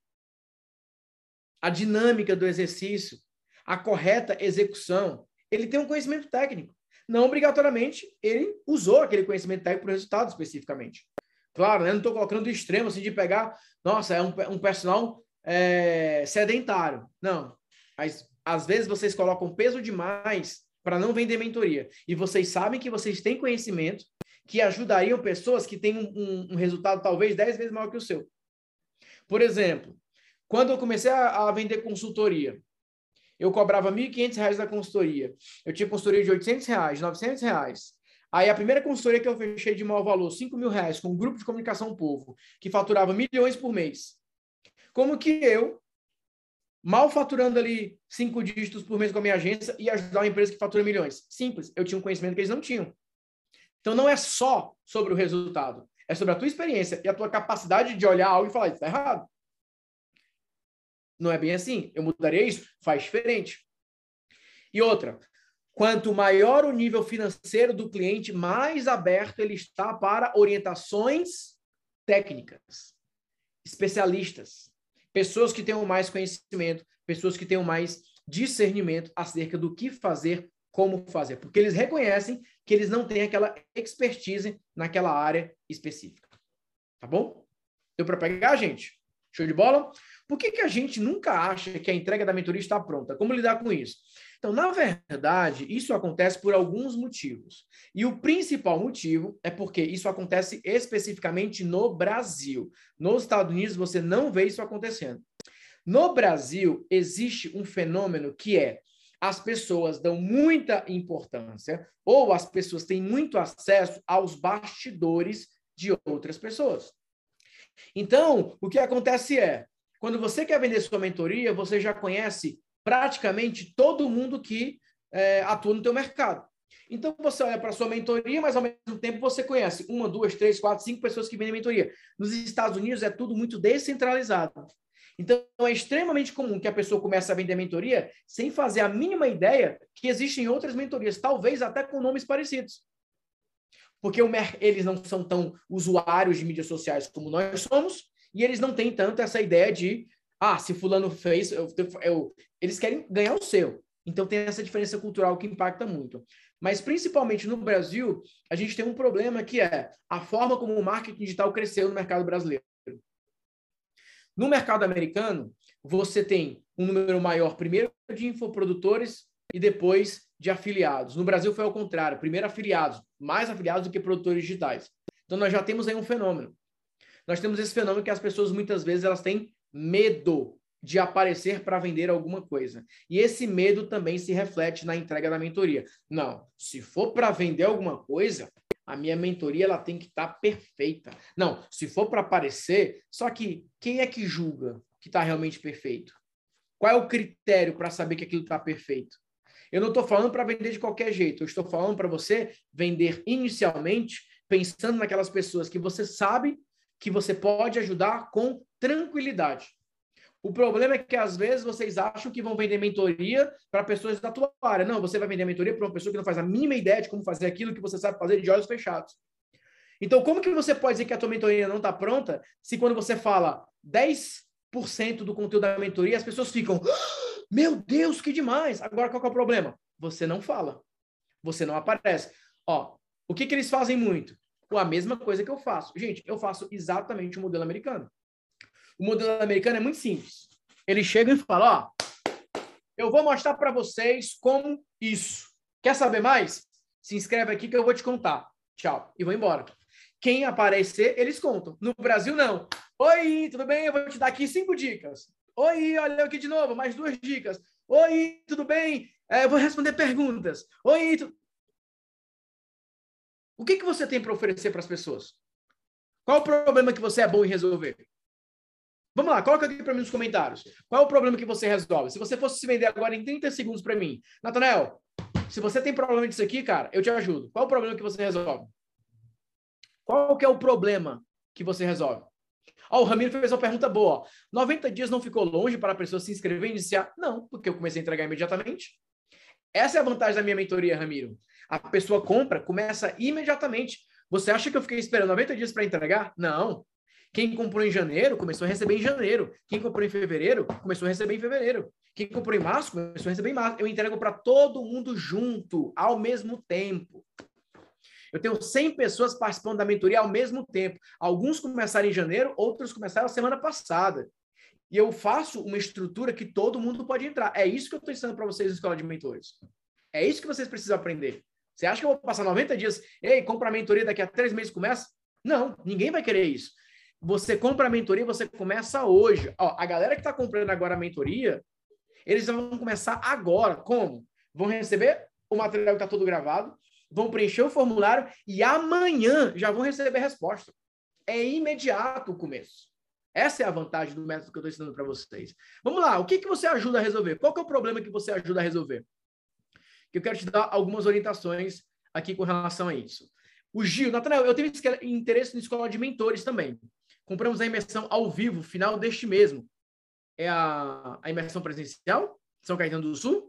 a dinâmica do exercício, a correta execução. Ele tem um conhecimento técnico. Não obrigatoriamente ele usou aquele conhecimento técnico para o resultado especificamente. Claro, né? Não estou colocando do extremo assim, de pegar, nossa, é um personal sedentário. Não. Mas às vezes vocês colocam peso demais para não vender mentoria. E vocês sabem que vocês têm conhecimento que ajudariam pessoas que têm um resultado talvez 10 vezes maior que o seu. Por exemplo, quando eu comecei a vender consultoria, eu cobrava R$ 1.500 da consultoria. Eu tinha consultoria de R$800, R$900. Aí a primeira consultoria que eu fechei de maior valor, R$5.000, com um grupo de comunicação povo, que faturava milhões por mês. Como que eu, mal faturando ali 5 dígitos por mês com a minha agência, ia ajudar uma empresa que fatura milhões? Simples, eu tinha um conhecimento que eles não tinham. Então não é só sobre o resultado, é sobre a tua experiência e a tua capacidade de olhar algo e falar, isso está errado. Não é bem assim. Eu mudaria isso? Faz diferente. E outra, quanto maior o nível financeiro do cliente, mais aberto ele está para orientações técnicas, especialistas, pessoas que tenham mais conhecimento, pessoas que tenham mais discernimento acerca do que fazer, como fazer, porque eles reconhecem que eles não têm aquela expertise naquela área específica. Tá bom? Deu para pegar, gente? Show de bola? Por que a gente nunca acha que a entrega da mentoria está pronta? Como lidar com isso? Então, na verdade, isso acontece por alguns motivos. E o principal motivo é porque isso acontece especificamente no Brasil. Nos Estados Unidos, você não vê isso acontecendo. No Brasil, existe um fenômeno que é as pessoas dão muita importância ou as pessoas têm muito acesso aos bastidores de outras pessoas. Então, o que acontece é, quando você quer vender sua mentoria, você já conhece praticamente todo mundo que atua no teu mercado. Então, você olha para a sua mentoria, mas ao mesmo tempo você conhece 1, 2, 3, 4, 5 pessoas que vendem mentoria. Nos Estados Unidos é tudo muito descentralizado. Então, é extremamente comum que a pessoa comece a vender mentoria sem fazer a mínima ideia que existem outras mentorias, talvez até com nomes parecidos. Porque eles não são tão usuários de mídias sociais como nós somos, e eles não têm tanto essa ideia de, se fulano fez, eles querem ganhar o seu. Então tem essa diferença cultural que impacta muito. Mas principalmente no Brasil, a gente tem um problema que é a forma como o marketing digital cresceu no mercado brasileiro. No mercado americano, você tem um número maior, primeiro, de infoprodutores e depois de afiliados. No Brasil foi ao contrário, primeiro afiliados, mais afiliados do que produtores digitais. Então nós já temos aí um fenômeno. Nós temos esse fenômeno que as pessoas muitas vezes elas têm medo de aparecer para vender alguma coisa. E esse medo também se reflete na entrega da mentoria. Não, se for para vender alguma coisa, a minha mentoria ela tem que estar perfeita. Não, se for para aparecer, só que quem é que julga que está realmente perfeito? Qual é o critério para saber que aquilo está perfeito? Eu não estou falando para vender de qualquer jeito, eu estou falando para você vender inicialmente pensando naquelas pessoas que você sabe que você pode ajudar com tranquilidade. O problema é que, às vezes, vocês acham que vão vender mentoria para pessoas da tua área. Não, você vai vender mentoria para uma pessoa que não faz a mínima ideia de como fazer aquilo que você sabe fazer de olhos fechados. Então, como que você pode dizer que a tua mentoria não está pronta se quando você fala 10% do conteúdo da mentoria, as pessoas ficam, meu Deus, que demais! Agora, qual que é o problema? Você não fala. Você não aparece. O que eles fazem muito? A mesma coisa que eu faço. Gente, eu faço exatamente o modelo americano. O modelo americano é muito simples. Eles chegam e falam, eu vou mostrar para vocês como isso. Quer saber mais? Se inscreve aqui que eu vou te contar. Tchau. E vou embora. Quem aparecer, eles contam. No Brasil, não. Oi, tudo bem? Eu vou te dar aqui 5 dicas. Oi, olha eu aqui de novo, mais 2 dicas. Oi, tudo bem? Eu vou responder perguntas. Oi, O que você tem para oferecer para as pessoas? Qual o problema que você é bom em resolver? Vamos lá, coloca aqui para mim nos comentários. Qual é o problema que você resolve? Se você fosse se vender agora em 30 segundos para mim. Nathanael, se você tem problema disso aqui, cara, eu te ajudo. Qual é o problema que você resolve? Qual que é o problema que você resolve? Ó, o Ramiro fez uma pergunta boa. 90 dias não ficou longe para a pessoa se inscrever e iniciar? Não, porque eu comecei a entregar imediatamente. Essa é a vantagem da minha mentoria, Ramiro. A pessoa compra, começa imediatamente. Você acha que eu fiquei esperando 90 dias para entregar? Não. Quem comprou em janeiro, começou a receber em janeiro. Quem comprou em fevereiro, começou a receber em fevereiro. Quem comprou em março, começou a receber em março. Eu entrego para todo mundo junto, ao mesmo tempo. Eu tenho 100 pessoas participando da mentoria ao mesmo tempo. Alguns começaram em janeiro, outros começaram a semana passada. E eu faço uma estrutura que todo mundo pode entrar. É isso que eu estou ensinando para vocês na Escola de Mentores. É isso que vocês precisam aprender. Você acha que eu vou passar 90 dias? Ei, compra a mentoria, daqui a 3 meses começa? Não, ninguém vai querer isso. Você compra a mentoria, você começa hoje. Ó, a galera que está comprando agora a mentoria, eles vão começar agora. Como? Vão receber o material que está todo gravado, vão preencher o formulário e amanhã já vão receber a resposta. É imediato o começo. Essa é a vantagem do método que eu estou ensinando para vocês. Vamos lá, o que você ajuda a resolver? Qual que é o problema que você ajuda a resolver? Que eu quero te dar algumas orientações aqui com relação a isso. O Gil, Natanael, eu tenho interesse na Escola de Mentores também. Compramos a imersão ao vivo, final deste mesmo. É a imersão presencial? São Caetano do Sul?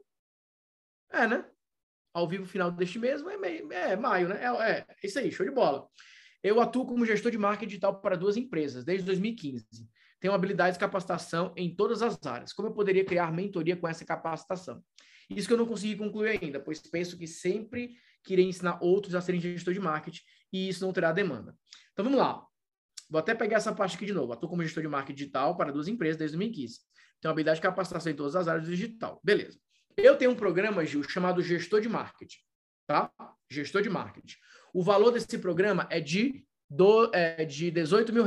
É, né? Ao vivo, final deste mesmo, é maio, né? É isso aí, show de bola. Eu atuo como gestor de marketing digital para 2 empresas, desde 2015. Tenho habilidades de capacitação em todas as áreas. Como eu poderia criar mentoria com essa capacitação? Isso que eu não consegui concluir ainda, pois penso que sempre queria ensinar outros a serem gestor de marketing e isso não terá demanda. Então, vamos lá. Vou até pegar essa parte aqui de novo. Atuo como gestor de marketing digital para 2 empresas desde 2015. Tenho habilidade de capacitação em todas as áreas do digital. Beleza. Eu tenho um programa, Gil, chamado Gestor de Marketing. Tá? Gestor de Marketing. O valor desse programa é de R$18 mil,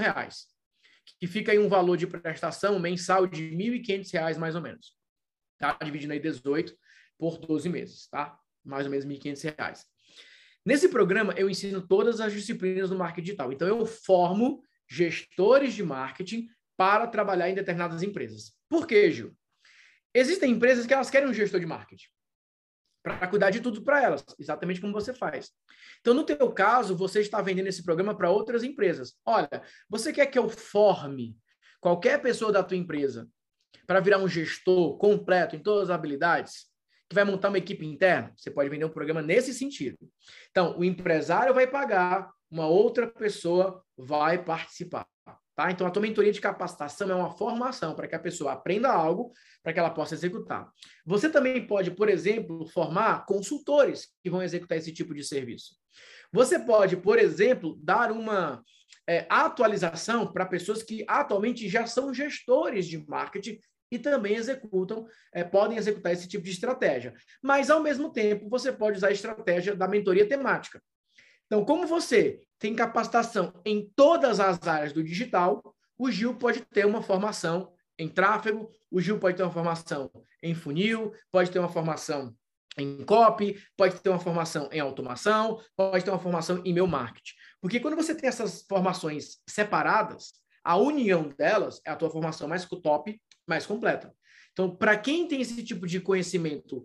que fica aí um valor de prestação mensal de R$1.500, mais ou menos. Tá? Dividindo aí 18 por 12 meses, tá? Mais ou menos R$1.500. Nesse programa, eu ensino todas as disciplinas do marketing digital. Então, eu formo gestores de marketing para trabalhar em determinadas empresas. Por quê, Gil? Existem empresas que elas querem um gestor de marketing para cuidar de tudo para elas, exatamente como você faz. Então, no teu caso, você está vendendo esse programa para outras empresas. Olha, você quer que eu forme qualquer pessoa da tua empresa para virar um gestor completo em todas as habilidades, que vai montar uma equipe interna? Você pode vender um programa nesse sentido. Então, o empresário vai pagar, uma outra pessoa vai participar. Tá? Então, a tua mentoria de capacitação é uma formação para que a pessoa aprenda algo, para que ela possa executar. Você também pode, por exemplo, formar consultores que vão executar esse tipo de serviço. Você pode, por exemplo, dar uma atualização para pessoas que atualmente já são gestores de marketing e também executam, podem executar esse tipo de estratégia. Mas, ao mesmo tempo, você pode usar a estratégia da mentoria temática. Então, como você tem capacitação em todas as áreas do digital, o Gil pode ter uma formação em tráfego, o Gil pode ter uma formação em funil, pode ter uma formação em copy, pode ter uma formação em automação, pode ter uma formação em e-mail marketing. Porque quando você tem essas formações separadas, a união delas é a tua formação mais top, mais completa. Então, para quem tem esse tipo de conhecimento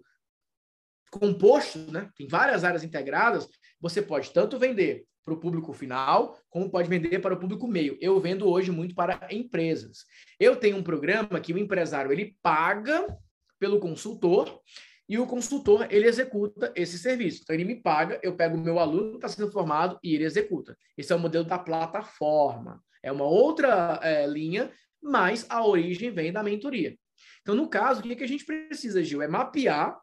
composto, né? Tem várias áreas integradas, você pode tanto vender para o público final, como pode vender para o público meio. Eu vendo hoje muito para empresas. Eu tenho um programa que o empresário ele paga pelo consultor e o consultor ele executa esse serviço. Então ele me paga, eu pego o meu aluno que está sendo formado e ele executa. Esse é o modelo da plataforma. É uma outra linha, mas a origem vem da mentoria. Então, no caso, o que a gente precisa, Gil? É mapear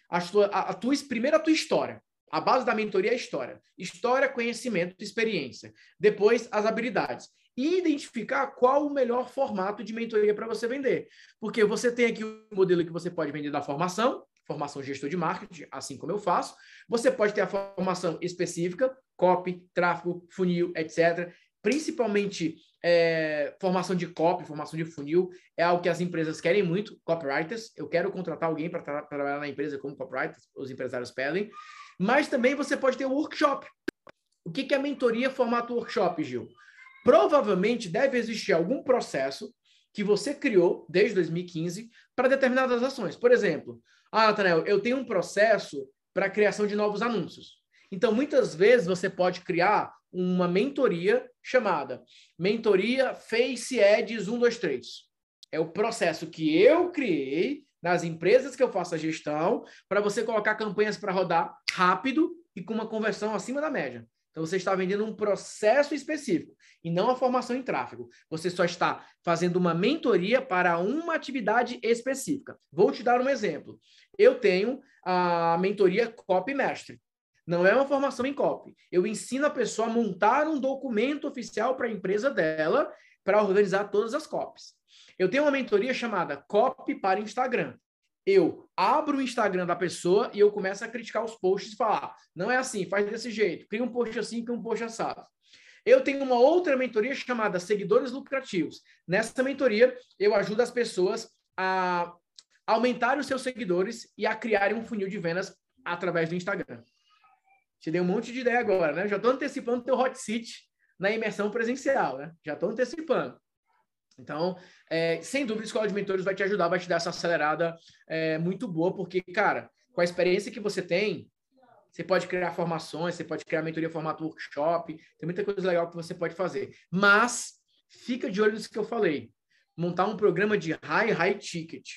primeiro a tua história. A base da mentoria é a história. História, conhecimento, experiência. Depois, as habilidades. E identificar qual o melhor formato de mentoria para você vender. Porque você tem aqui o modelo que você pode vender da formação gestor de marketing, assim como eu faço. Você pode ter a formação específica, copy, tráfego, funil, etc. Principalmente formação de copy, formação de funil, é algo que as empresas querem muito, copywriters. Eu quero contratar alguém para trabalhar na empresa como copywriter, os empresários pedem. Mas também você pode ter um workshop. O que é mentoria formato workshop, Gil? Provavelmente deve existir algum processo que você criou desde 2015 para determinadas ações. Por exemplo, Natanael, eu tenho um processo para a criação de novos anúncios. Então, muitas vezes você pode criar uma mentoria chamada Mentoria Face Ads 123. É o processo que eu criei nas empresas que eu faço a gestão para você colocar campanhas para rodar rápido e com uma conversão acima da média. Então, você está vendendo um processo específico e não a formação em tráfego. Você só está fazendo uma mentoria para uma atividade específica. Vou te dar um exemplo. Eu tenho a mentoria Copy Mestre. Não é uma formação em copy. Eu ensino a pessoa a montar um documento oficial para a empresa dela para organizar todas as copies. Eu tenho uma mentoria chamada Copy para Instagram. Eu abro o Instagram da pessoa e eu começo a criticar os posts e falar, não é assim, faz desse jeito, cria um post assim, cria um post assado. Eu tenho uma outra mentoria chamada Seguidores Lucrativos. Nessa mentoria, eu ajudo as pessoas a aumentarem os seus seguidores e a criarem um funil de vendas através do Instagram. Te dei um monte de ideia agora, né? Já estou antecipando o teu hot seat na imersão presencial, né? Já estou antecipando. Então, sem dúvida, a Escola de Mentores vai te ajudar, vai te dar essa acelerada muito boa, porque, cara, com a experiência que você tem, você pode criar formações, você pode criar mentoria, formato workshop, tem muita coisa legal que você pode fazer. Mas, fica de olho nisso que eu falei. Montar um programa de high ticket,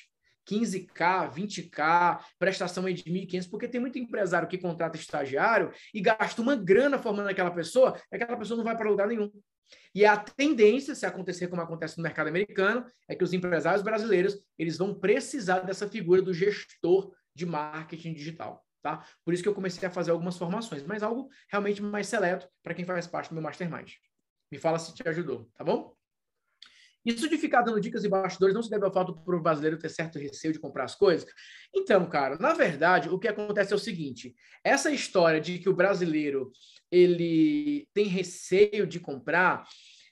15K, 20K, prestação aí de 1.500, porque tem muito empresário que contrata estagiário e gasta uma grana formando aquela pessoa não vai para lugar nenhum. E a tendência, se acontecer como acontece no mercado americano, é que os empresários brasileiros eles vão precisar dessa figura do gestor de marketing digital. Tá? Por isso que eu comecei a fazer algumas formações, mas algo realmente mais seleto para quem faz parte do meu Mastermind. Me fala se te ajudou, tá bom? Isso de ficar dando dicas e bastidores não se deve ao fato do brasileiro ter certo receio de comprar as coisas? Então, cara, na verdade, o que acontece é o seguinte, essa história de que o brasileiro ele tem receio de comprar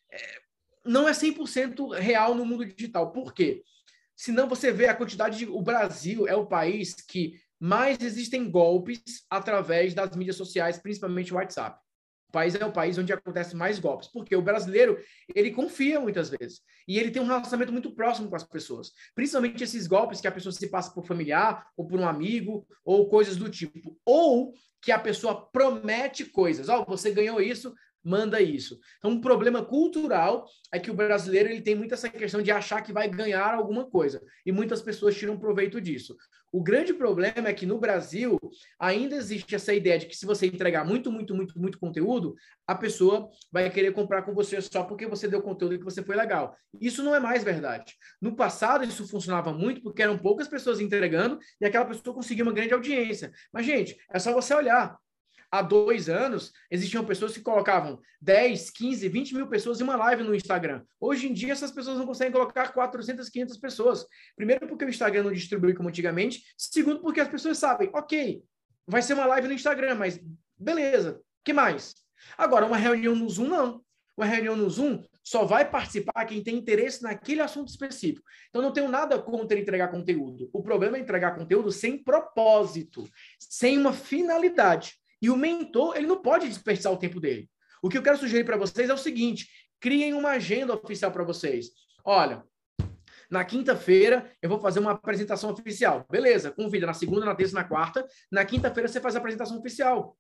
não é 100% real no mundo digital. Por quê? Senão você vê a quantidade de... O Brasil é o país que mais existem golpes através das mídias sociais, principalmente o WhatsApp. O país é o país onde acontece mais golpes, porque o brasileiro, ele confia muitas vezes, e ele tem um relacionamento muito próximo com as pessoas, principalmente esses golpes que a pessoa se passa por familiar, ou por um amigo, ou coisas do tipo, ou que a pessoa promete coisas, você ganhou isso, manda isso. Então, um problema cultural é que o brasileiro ele tem muito essa questão de achar que vai ganhar alguma coisa, e muitas pessoas tiram proveito disso. O grande problema é que no Brasil ainda existe essa ideia de que se você entregar muito conteúdo, a pessoa vai querer comprar com você só porque você deu conteúdo e que você foi legal. Isso não é mais verdade. No passado, isso funcionava muito porque eram poucas pessoas entregando e aquela pessoa conseguia uma grande audiência. Mas, gente, é só você olhar. Há 2 anos, existiam pessoas que colocavam 10, 15, 20 mil pessoas em uma live no Instagram. Hoje em dia, essas pessoas não conseguem colocar 400, 500 pessoas. Primeiro, porque o Instagram não distribui como antigamente. Segundo, porque as pessoas sabem, ok, vai ser uma live no Instagram, mas beleza, o que mais? Agora, uma reunião no Zoom, não. Uma reunião no Zoom só vai participar quem tem interesse naquele assunto específico. Então, não tenho nada contra entregar conteúdo. O problema é entregar conteúdo sem propósito, sem uma finalidade. E o mentor, ele não pode desperdiçar o tempo dele. O que eu quero sugerir para vocês é o seguinte, criem uma agenda oficial para vocês. Olha, na quinta-feira eu vou fazer uma apresentação oficial. Beleza, convida na segunda, na terça, na quarta. Na quinta-feira você faz a apresentação oficial.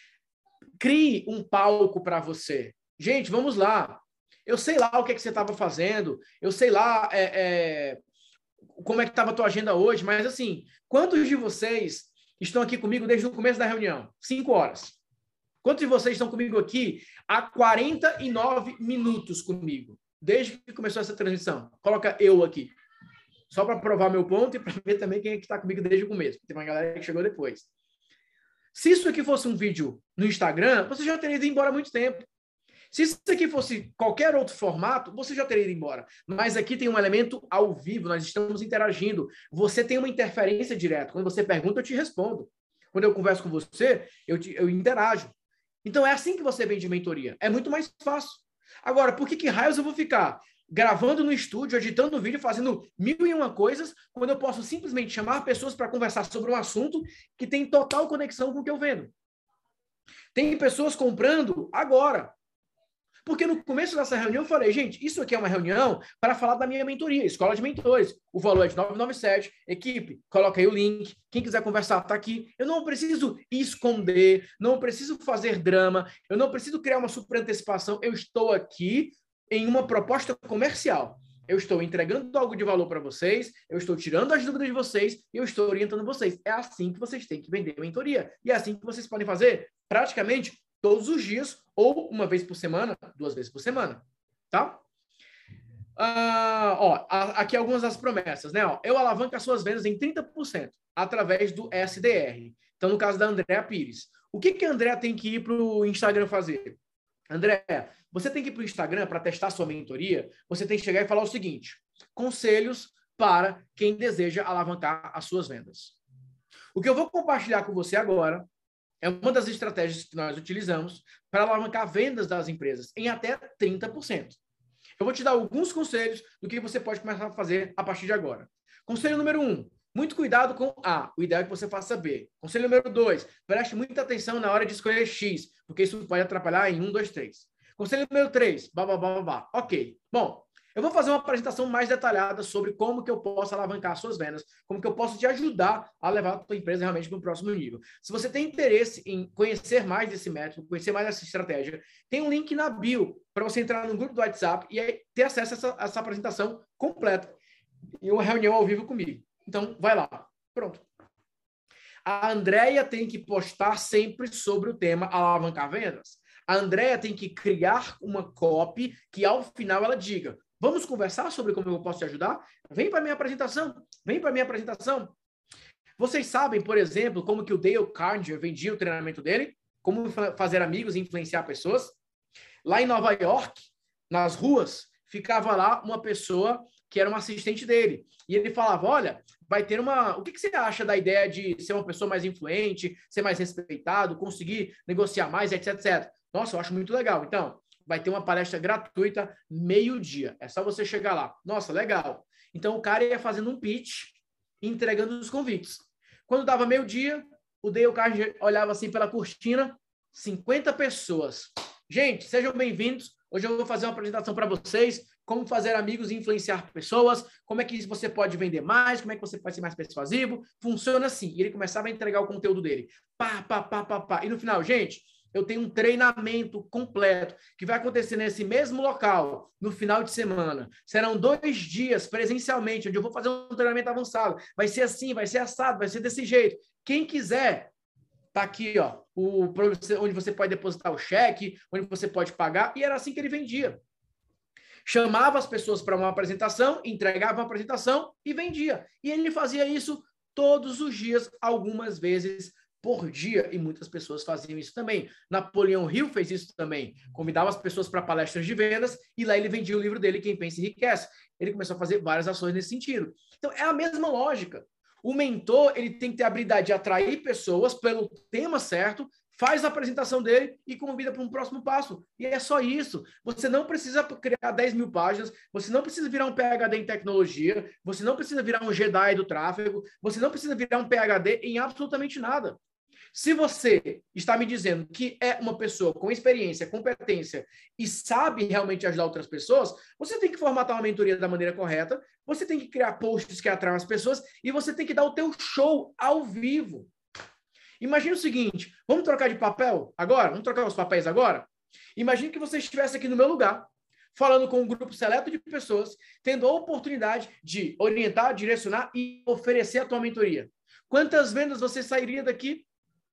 Crie um palco para você. Gente, vamos lá. Eu sei lá o que você estava fazendo. Eu sei lá como é que estava a tua agenda hoje. Mas assim, quantos de vocês estão aqui comigo desde o começo da reunião? 5 horas. Quantos de vocês estão comigo aqui há 49 minutos comigo? Desde que começou essa transmissão. Coloca eu aqui. Só para provar meu ponto e para ver também quem é que está comigo desde o começo. Tem uma galera que chegou depois. Se isso aqui fosse um vídeo no Instagram, você já teria ido embora há muito tempo. Se isso aqui fosse qualquer outro formato, você já teria ido embora. Mas aqui tem um elemento ao vivo, nós estamos interagindo. Você tem uma interferência direta. Quando você pergunta, eu te respondo. Quando eu converso com você, eu interajo. Então, é assim que você vende mentoria. É muito mais fácil. Agora, por que raios eu vou ficar gravando no estúdio, editando vídeo, fazendo 1001 coisas, quando eu posso simplesmente chamar pessoas para conversar sobre um assunto que tem total conexão com o que eu vendo? Tem pessoas comprando agora. Porque no começo dessa reunião eu falei, gente, isso aqui é uma reunião para falar da minha mentoria, Escola de Mentores. O valor é de 997, equipe, coloca aí o link. Quem quiser conversar, tá aqui. Eu não preciso esconder, não preciso fazer drama, eu não preciso criar uma super antecipação. Eu estou aqui em uma proposta comercial. Eu estou entregando algo de valor para vocês, eu estou tirando as dúvidas de vocês e eu estou orientando vocês. É assim que vocês têm que vender mentoria. E é assim que vocês podem fazer praticamente todos os dias, ou uma vez por semana, 2 vezes por semana, tá? Aqui algumas das promessas, né? Eu alavanco as suas vendas em 30% através do SDR. Então, no caso da Andréa Pires. O que a Andréa tem que ir para o Instagram fazer? Andréa, você tem que ir para o Instagram para testar sua mentoria, você tem que chegar e falar o seguinte, conselhos para quem deseja alavancar as suas vendas. O que eu vou compartilhar com você agora é uma das estratégias que nós utilizamos para alavancar vendas das empresas em até 30%. Eu vou te dar alguns conselhos do que você pode começar a fazer a partir de agora. Conselho número 1, muito cuidado com A, o ideal é que você faça B. Conselho número 2, preste muita atenção na hora de escolher X, porque isso pode atrapalhar em 1, 2, 3. Conselho número 3, Ok. Bom, eu vou fazer uma apresentação mais detalhada sobre como que eu posso alavancar suas vendas, como que eu posso te ajudar a levar a tua empresa realmente para o próximo nível. Se você tem interesse em conhecer mais desse método, conhecer mais dessa estratégia, tem um link na bio para você entrar no grupo do WhatsApp e aí ter acesso a essa apresentação completa e uma reunião ao vivo comigo. Então, vai lá. Pronto. A Andréia tem que postar sempre sobre o tema alavancar vendas. A Andréia tem que criar uma copy que, ao final, ela diga: vamos conversar sobre como eu posso te ajudar? Vem para minha apresentação. Vem para minha apresentação. Vocês sabem, por exemplo, como que o Dale Carnegie vendia o treinamento dele? Como fazer amigos e influenciar pessoas? Lá em Nova York, nas ruas, ficava lá uma pessoa que era uma assistente dele. E ele falava, olha, vai ter uma... O que você acha da ideia de ser uma pessoa mais influente, ser mais respeitado, conseguir negociar mais, etc, etc. Nossa, eu acho muito legal. Então, vai ter uma palestra gratuita, meio-dia. É só você chegar lá. Nossa, legal. Então, o cara ia fazendo um pitch, entregando os convites. Quando dava meio-dia, o Dale Carnegie olhava assim pela cortina, 50 pessoas. Gente, sejam bem-vindos. Hoje eu vou fazer uma apresentação para vocês, como fazer amigos e influenciar pessoas, como é que você pode vender mais, como é que você pode ser mais persuasivo. Funciona assim. E ele começava a entregar o conteúdo dele. Pá. E no final, gente, eu tenho um treinamento completo que vai acontecer nesse mesmo local, no final de semana. Serão 2 dias presencialmente, onde eu vou fazer um treinamento avançado. Vai ser assim, vai ser assado, vai ser desse jeito. Quem quiser, tá aqui, ó, onde você pode depositar o cheque, onde você pode pagar, e era assim que ele vendia. Chamava as pessoas para uma apresentação, entregava uma apresentação e vendia. E ele fazia isso todos os dias, algumas vezes por dia, e muitas pessoas faziam isso também. Napoleão Hill fez isso também, convidava as pessoas para palestras de vendas e lá ele vendia o livro dele, Quem Pensa Enriquece. Ele começou a fazer várias ações nesse sentido. Então, é a mesma lógica. O mentor, ele tem que ter a habilidade de atrair pessoas pelo tema certo, faz a apresentação dele e convida para um próximo passo. E é só isso. Você não precisa criar 10 mil páginas, você não precisa virar um PhD em tecnologia, você não precisa virar um Jedi do tráfego, você não precisa virar um PhD em absolutamente nada. Se você está me dizendo que é uma pessoa com experiência, competência e sabe realmente ajudar outras pessoas, você tem que formatar uma mentoria da maneira correta, você tem que criar posts que atraiam as pessoas e você tem que dar o teu show ao vivo. Imagina o seguinte, vamos trocar de papel agora? Vamos trocar os papéis agora? Imagine que você estivesse aqui no meu lugar, falando com um grupo seleto de pessoas, tendo a oportunidade de orientar, direcionar e oferecer a tua mentoria. Quantas vendas você sairia daqui?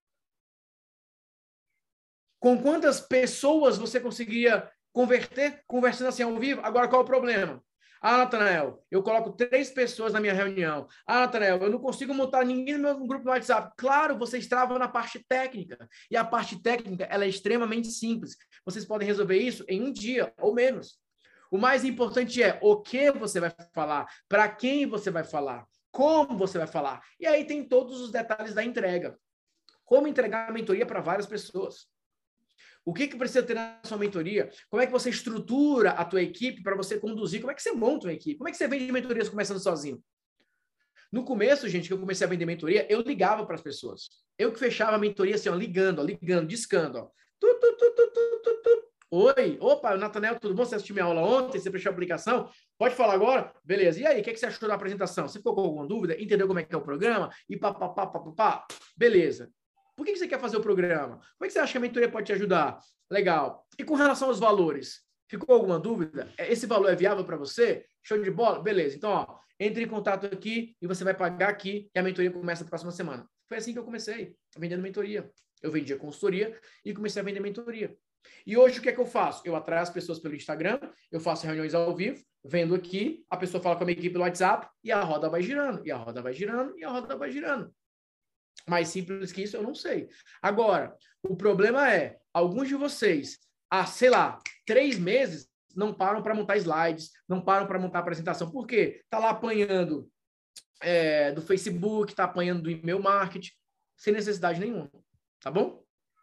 Com quantas pessoas você conseguiria converter conversando assim ao vivo? Agora, qual é o problema? Ah, Natanael, eu coloco 3 pessoas na minha reunião. Ah, Natanael, eu não consigo montar ninguém no meu grupo no WhatsApp. Claro, vocês travam na parte técnica. E a parte técnica, ela é extremamente simples. Vocês podem resolver isso em 1 dia ou menos. O mais importante é o que você vai falar, para quem você vai falar, como você vai falar. E aí tem todos os detalhes da entrega. Como entregar a mentoria para várias pessoas. O que precisa ter na sua mentoria? Como é que você estrutura a tua equipe para você conduzir? Como é que você monta uma equipe? Como é que você vende mentorias começando sozinho? No começo, gente, que eu comecei a vender mentoria, eu ligava para as pessoas. Eu que fechava a mentoria assim, ó, ligando, discando. Ó. Oi, opa, Nathanael, tudo bom? Você assistiu minha aula ontem? Você preencheu a aplicação? Pode falar agora? Beleza. E aí, o que você achou da apresentação? Você ficou com alguma dúvida? Entendeu como é que é o programa? E pá. Beleza. Por que você quer fazer o programa? Como é que você acha que a mentoria pode te ajudar? Legal. E com relação aos valores? Ficou alguma dúvida? Esse valor é viável para você? Show de bola? Beleza. Então, ó, entre em contato aqui e você vai pagar aqui e a mentoria começa na próxima semana. Foi assim que eu comecei, vendendo mentoria. Eu vendia consultoria e comecei a vender mentoria. E hoje o que é que eu faço? Eu atraio as pessoas pelo Instagram, eu faço reuniões ao vivo, vendo aqui, a pessoa fala com a minha equipe pelo WhatsApp e a roda vai girando, e a roda vai girando, e a roda vai girando. Mais simples que isso, eu não sei. Agora, o problema é, alguns de vocês, há, sei lá, 3 meses, não param para montar slides, não param para montar apresentação. Por quê? Está lá apanhando do Facebook, está apanhando do e-mail marketing, sem necessidade nenhuma. Tá bom?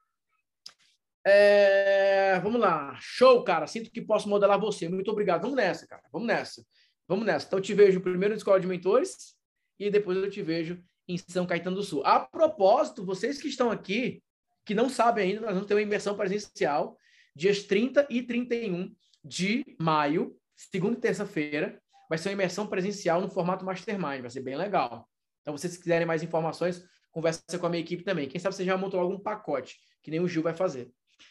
Vamos lá. Show, cara. Sinto que posso modelar você. Muito obrigado. Vamos nessa, cara. Vamos nessa. Então, eu te vejo primeiro na Escola de Mentores e depois eu te vejo em São Caetano do Sul. A propósito, vocês que estão aqui, que não sabem ainda, nós vamos ter uma imersão presencial dias 30 e 31 de maio, segunda e terça-feira. Vai ser uma imersão presencial no formato Mastermind. Vai ser bem legal. Então, se vocês quiserem mais informações, conversa com a minha equipe também. Quem sabe você já montou algum pacote, que nem o Gil vai fazer.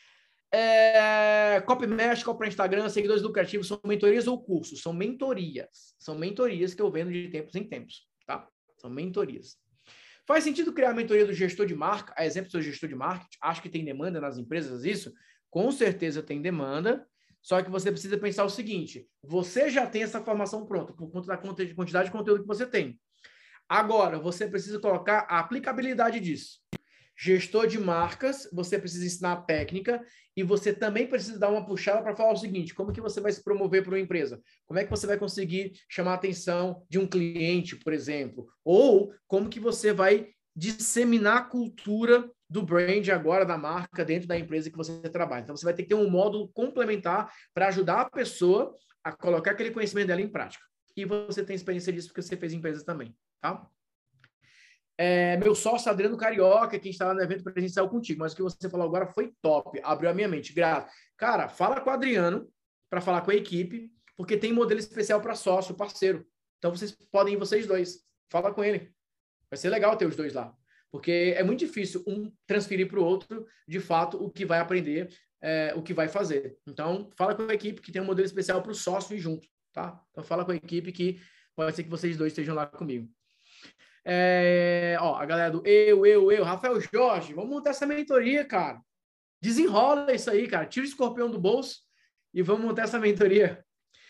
Copymesh, Copy para Instagram, seguidores lucrativos, são mentorias ou cursos? São mentorias. São mentorias que eu vendo de tempos em tempos, tá? São mentorias. Faz sentido criar a mentoria do gestor de marca, a exemplo do seu gestor de marketing? Acho que tem demanda nas empresas isso? Com certeza tem demanda, só que você precisa pensar o seguinte, você já tem essa formação pronta, por conta da quantidade de conteúdo que você tem. Agora, você precisa colocar a aplicabilidade disso. Gestor de marcas, você precisa ensinar a técnica e você também precisa dar uma puxada para falar o seguinte, como que você vai se promover para uma empresa? Como é que você vai conseguir chamar a atenção de um cliente, por exemplo? Ou como que você vai disseminar a cultura do brand agora, da marca, dentro da empresa que você trabalha. Então, você vai ter que ter um módulo complementar para ajudar a pessoa a colocar aquele conhecimento dela em prática. E você tem experiência disso porque você fez empresa também, tá? Meu sócio Adriano Carioca, que estava no evento presencial contigo, mas o que você falou agora foi top, abriu a minha mente, grato. Cara, fala com o Adriano para falar com a equipe, porque tem modelo especial para sócio, parceiro. Então vocês podem ir vocês dois, fala com ele. Vai ser legal ter os dois lá, porque é muito difícil um transferir para o outro, de fato, o que vai aprender, o que vai fazer. Então, fala com a equipe que tem um modelo especial para o sócio e junto, tá? Então fala com a equipe que pode ser que vocês dois estejam lá comigo. A galera do eu, Rafael Jorge, vamos montar essa mentoria, cara. Desenrola isso aí, cara. Tira o escorpião do bolso e vamos montar essa mentoria.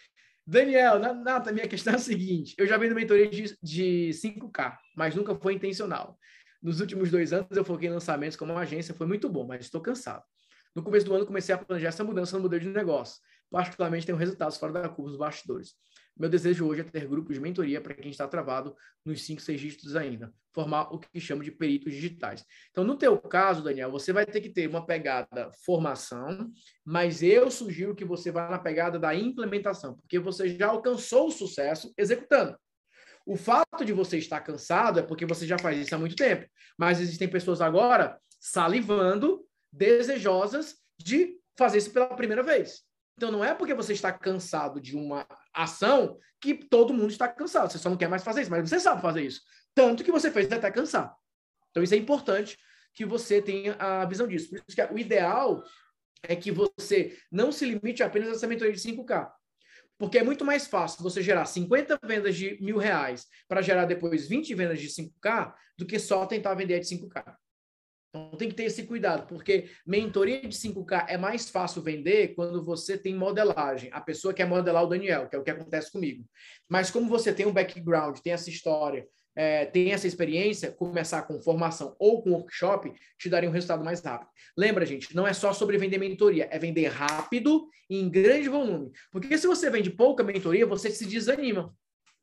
Daniel, Nata, minha questão é a seguinte, eu já vendo mentoria de 5K, mas nunca foi intencional. Nos últimos 2 anos eu foquei em lançamentos como agência, foi muito bom, mas estou cansado. No começo do ano comecei a planejar essa mudança no modelo de negócio. Particularmente tenho resultados fora da curva nos bastidores. Meu desejo hoje é ter grupos de mentoria para quem está travado nos 5, 6 dígitos ainda. Formar o que chamo de peritos digitais. Então, no teu caso, Daniel, você vai ter que ter uma pegada formação, mas eu sugiro que você vá na pegada da implementação, porque você já alcançou o sucesso executando. O fato de você estar cansado é porque você já faz isso há muito tempo. Mas existem pessoas agora salivando, desejosas de fazer isso pela primeira vez. Então, não é porque você está cansado de uma ação que todo mundo está cansado. Você só não quer mais fazer isso, mas você sabe fazer isso. Tanto que você fez até cansar. Então, isso é importante que você tenha a visão disso. Por isso que o ideal é que você não se limite apenas a essa mentoria de 5K. Porque é muito mais fácil você gerar 50 vendas de R$1.000 para gerar depois 20 vendas de 5K do que só tentar vender de 5K. Então, tem que ter esse cuidado, porque mentoria de 5K é mais fácil vender quando você tem modelagem. A pessoa quer modelar o Daniel, que é o que acontece comigo. Mas como você tem um background, tem essa história, tem essa experiência, começar com formação ou com workshop, te daria um resultado mais rápido. Lembra, gente, não é só sobre vender mentoria, é vender rápido e em grande volume. Porque se você vende pouca mentoria, você se desanima.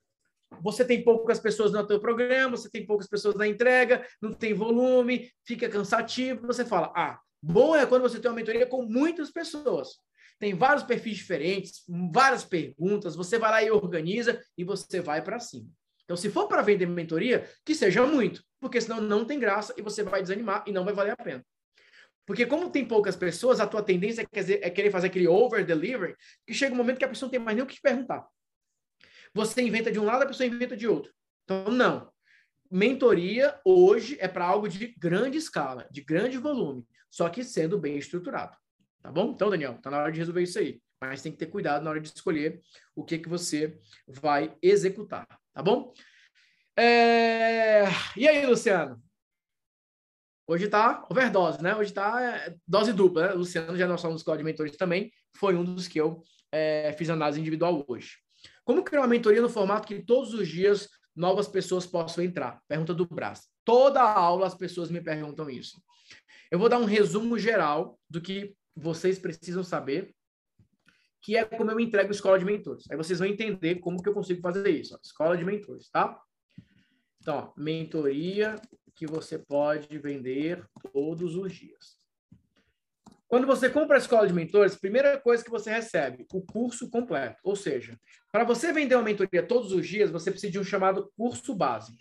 Você tem poucas pessoas no teu programa, você tem poucas pessoas na entrega, não tem volume, fica cansativo, você fala, bom é quando você tem uma mentoria com muitas pessoas. Tem vários perfis diferentes, várias perguntas, você vai lá e organiza e você vai para cima. Então, se for para vender mentoria, que seja muito, porque senão não tem graça e você vai desanimar e não vai valer a pena. Porque como tem poucas pessoas, a tua tendência é querer fazer aquele over-delivery, que chega um momento que a pessoa não tem mais nem o que te perguntar. Você inventa de um lado, a pessoa inventa de outro. Então, não. Mentoria hoje é para algo de grande escala, de grande volume, só que sendo bem estruturado. Tá bom? Então, Daniel, tá na hora de resolver isso aí. Mas tem que ter cuidado na hora de escolher o que você vai executar. Tá bom? E aí, Luciano? Hoje tá overdose, né? Hoje tá dose dupla, né? O Luciano, já nós somos escola de mentores também, foi um dos que eu fiz análise individual hoje. Como criar uma mentoria no formato que todos os dias novas pessoas possam entrar? Pergunta do Brás. Toda aula as pessoas me perguntam isso. Eu vou dar um resumo geral do que vocês precisam saber, que é como eu entrego escola de mentores. Aí vocês vão entender como que eu consigo fazer isso. Ó, escola de mentores, tá? Então, ó, mentoria que você pode vender todos os dias. Quando você compra a escola de mentores, primeira coisa que você recebe, o curso completo. Ou seja, para você vender uma mentoria todos os dias, você precisa de um chamado curso base.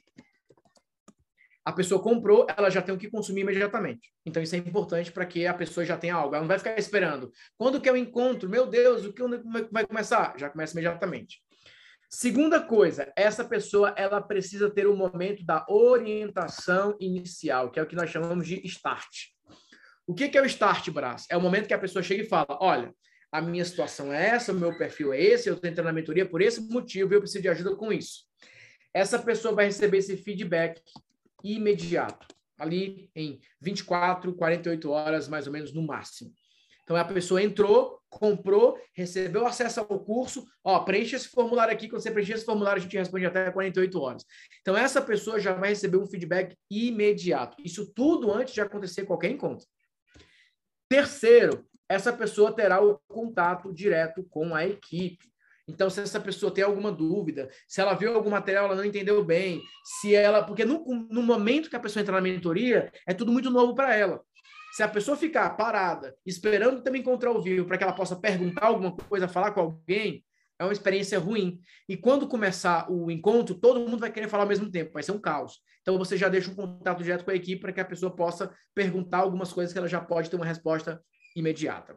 A pessoa comprou, ela já tem o que consumir imediatamente. Então, isso é importante para que a pessoa já tenha algo. Ela não vai ficar esperando. Quando que eu encontro? Meu Deus, o que vai começar? Já começa imediatamente. Segunda coisa, essa pessoa ela precisa ter um momento da orientação inicial, que é o que nós chamamos de start. O que é o start, Brás? É o momento que a pessoa chega e fala, olha, a minha situação é essa, o meu perfil é esse, eu estou entrando na mentoria por esse motivo e eu preciso de ajuda com isso. Essa pessoa vai receber esse feedback imediato, ali em 24, 48 horas, mais ou menos, no máximo. Então, a pessoa entrou, comprou, recebeu acesso ao curso, ó, preencha esse formulário aqui, quando você preencher esse formulário, a gente responde até 48 horas. Então, essa pessoa já vai receber um feedback imediato. Isso tudo antes de acontecer qualquer encontro. Terceiro, essa pessoa terá o contato direto com a equipe. Então, se essa pessoa tem alguma dúvida, se ela viu algum material, ela não entendeu bem, se ela... Porque no momento que a pessoa entra na mentoria, é tudo muito novo para ela. Se a pessoa ficar parada, esperando também encontrar ao vivo, para que ela possa perguntar alguma coisa, falar com alguém, é uma experiência ruim. E quando começar o encontro, todo mundo vai querer falar ao mesmo tempo, vai ser um caos. Então, você já deixa um contato direto com a equipe para que a pessoa possa perguntar algumas coisas que ela já pode ter uma resposta imediata.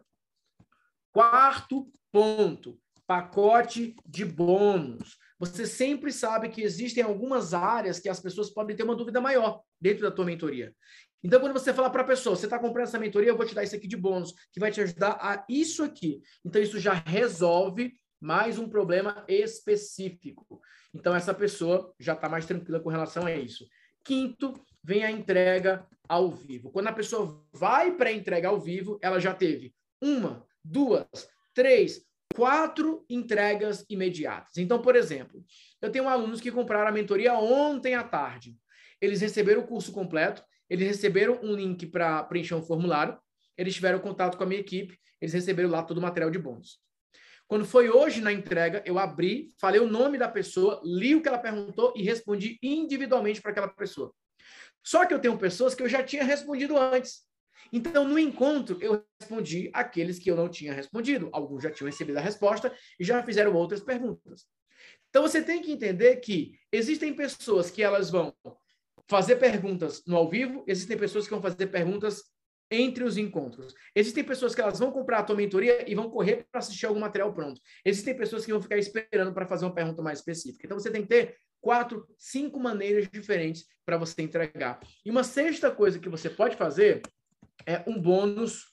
Quarto ponto, pacote de bônus. Você sempre sabe que existem algumas áreas que as pessoas podem ter uma dúvida maior dentro da tua mentoria. Então, quando você falar para a pessoa, você está comprando essa mentoria, eu vou te dar isso aqui de bônus, que vai te ajudar a isso aqui. Então, isso já resolve mais um problema específico. Então, essa pessoa já está mais tranquila com relação a isso. Quinto, vem a entrega ao vivo. Quando a pessoa vai para a entrega ao vivo, ela já teve 1, 2, 3, 4 entregas imediatas. Então, por exemplo, eu tenho alunos que compraram a mentoria ontem à tarde. Eles receberam o curso completo, eles receberam um link para preencher um formulário, eles tiveram contato com a minha equipe, eles receberam lá todo o material de bônus. Quando foi hoje na entrega, eu abri, falei o nome da pessoa, li o que ela perguntou e respondi individualmente para aquela pessoa. Só que eu tenho pessoas que eu já tinha respondido antes. Então, no encontro, eu respondi aqueles que eu não tinha respondido. Alguns já tinham recebido a resposta e já fizeram outras perguntas. Então, você tem que entender que existem pessoas que elas vão fazer perguntas no ao vivo, existem pessoas que vão fazer perguntas entre os encontros. Existem pessoas que elas vão comprar a tua mentoria e vão correr para assistir algum material pronto. Existem pessoas que vão ficar esperando para fazer uma pergunta mais específica. Então, você tem que ter 4, 5 maneiras diferentes para você entregar. E uma sexta coisa que você pode fazer é um bônus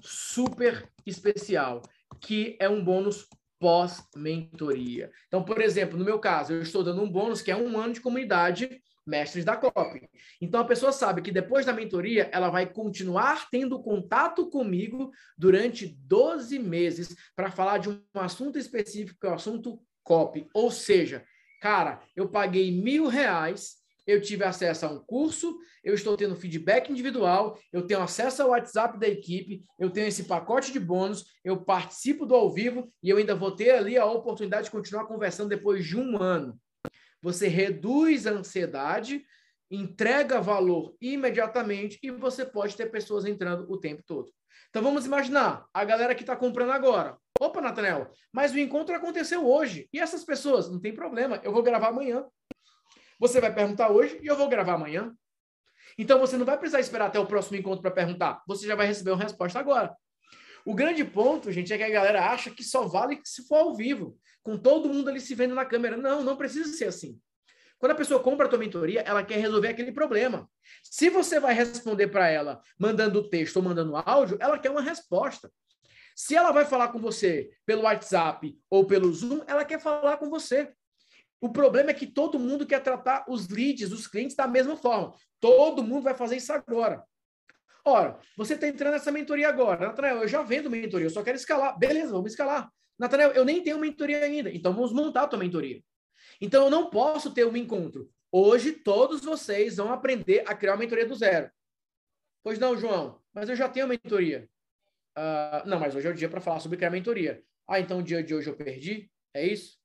super especial, que é um bônus pós-mentoria. Então, por exemplo, no meu caso, eu estou dando um bônus que é 1 ano de comunidade Mestres da Copy. Então, a pessoa sabe que depois da mentoria, ela vai continuar tendo contato comigo durante 12 meses para falar de um assunto específico, que é o assunto Copy. Ou seja, cara, eu paguei R$1.000, eu tive acesso a um curso, eu estou tendo feedback individual, eu tenho acesso ao WhatsApp da equipe, eu tenho esse pacote de bônus, eu participo do ao vivo e eu ainda vou ter ali a oportunidade de continuar conversando depois de 1 ano. Você reduz a ansiedade, entrega valor imediatamente e você pode ter pessoas entrando o tempo todo. Então, vamos imaginar a galera que está comprando agora. Opa, Nathanael, mas o encontro aconteceu hoje. E essas pessoas? Não tem problema, eu vou gravar amanhã. Você vai perguntar hoje e eu vou gravar amanhã. Então, você não vai precisar esperar até o próximo encontro para perguntar. Você já vai receber uma resposta agora. O grande ponto, gente, é que a galera acha que só vale se for ao vivo, com todo mundo ali se vendo na câmera. Não, não precisa ser assim. Quando a pessoa compra a tua mentoria, ela quer resolver aquele problema. Se você vai responder para ela mandando texto ou mandando áudio, ela quer uma resposta. Se ela vai falar com você pelo WhatsApp ou pelo Zoom, ela quer falar com você. O problema é que todo mundo quer tratar os leads, os clientes, da mesma forma. Todo mundo vai fazer isso agora. Ora, você está entrando nessa mentoria agora. Natanael, eu já vendo mentoria, eu só quero escalar. Beleza, vamos escalar. Natanael, eu nem tenho mentoria ainda, então vamos montar a tua mentoria. Então, eu não posso ter um encontro. Hoje, todos vocês vão aprender a criar uma mentoria do zero. Pois não, João, mas eu já tenho mentoria. Não, mas hoje é o dia para falar sobre criar mentoria. Então o dia de hoje eu perdi? É isso?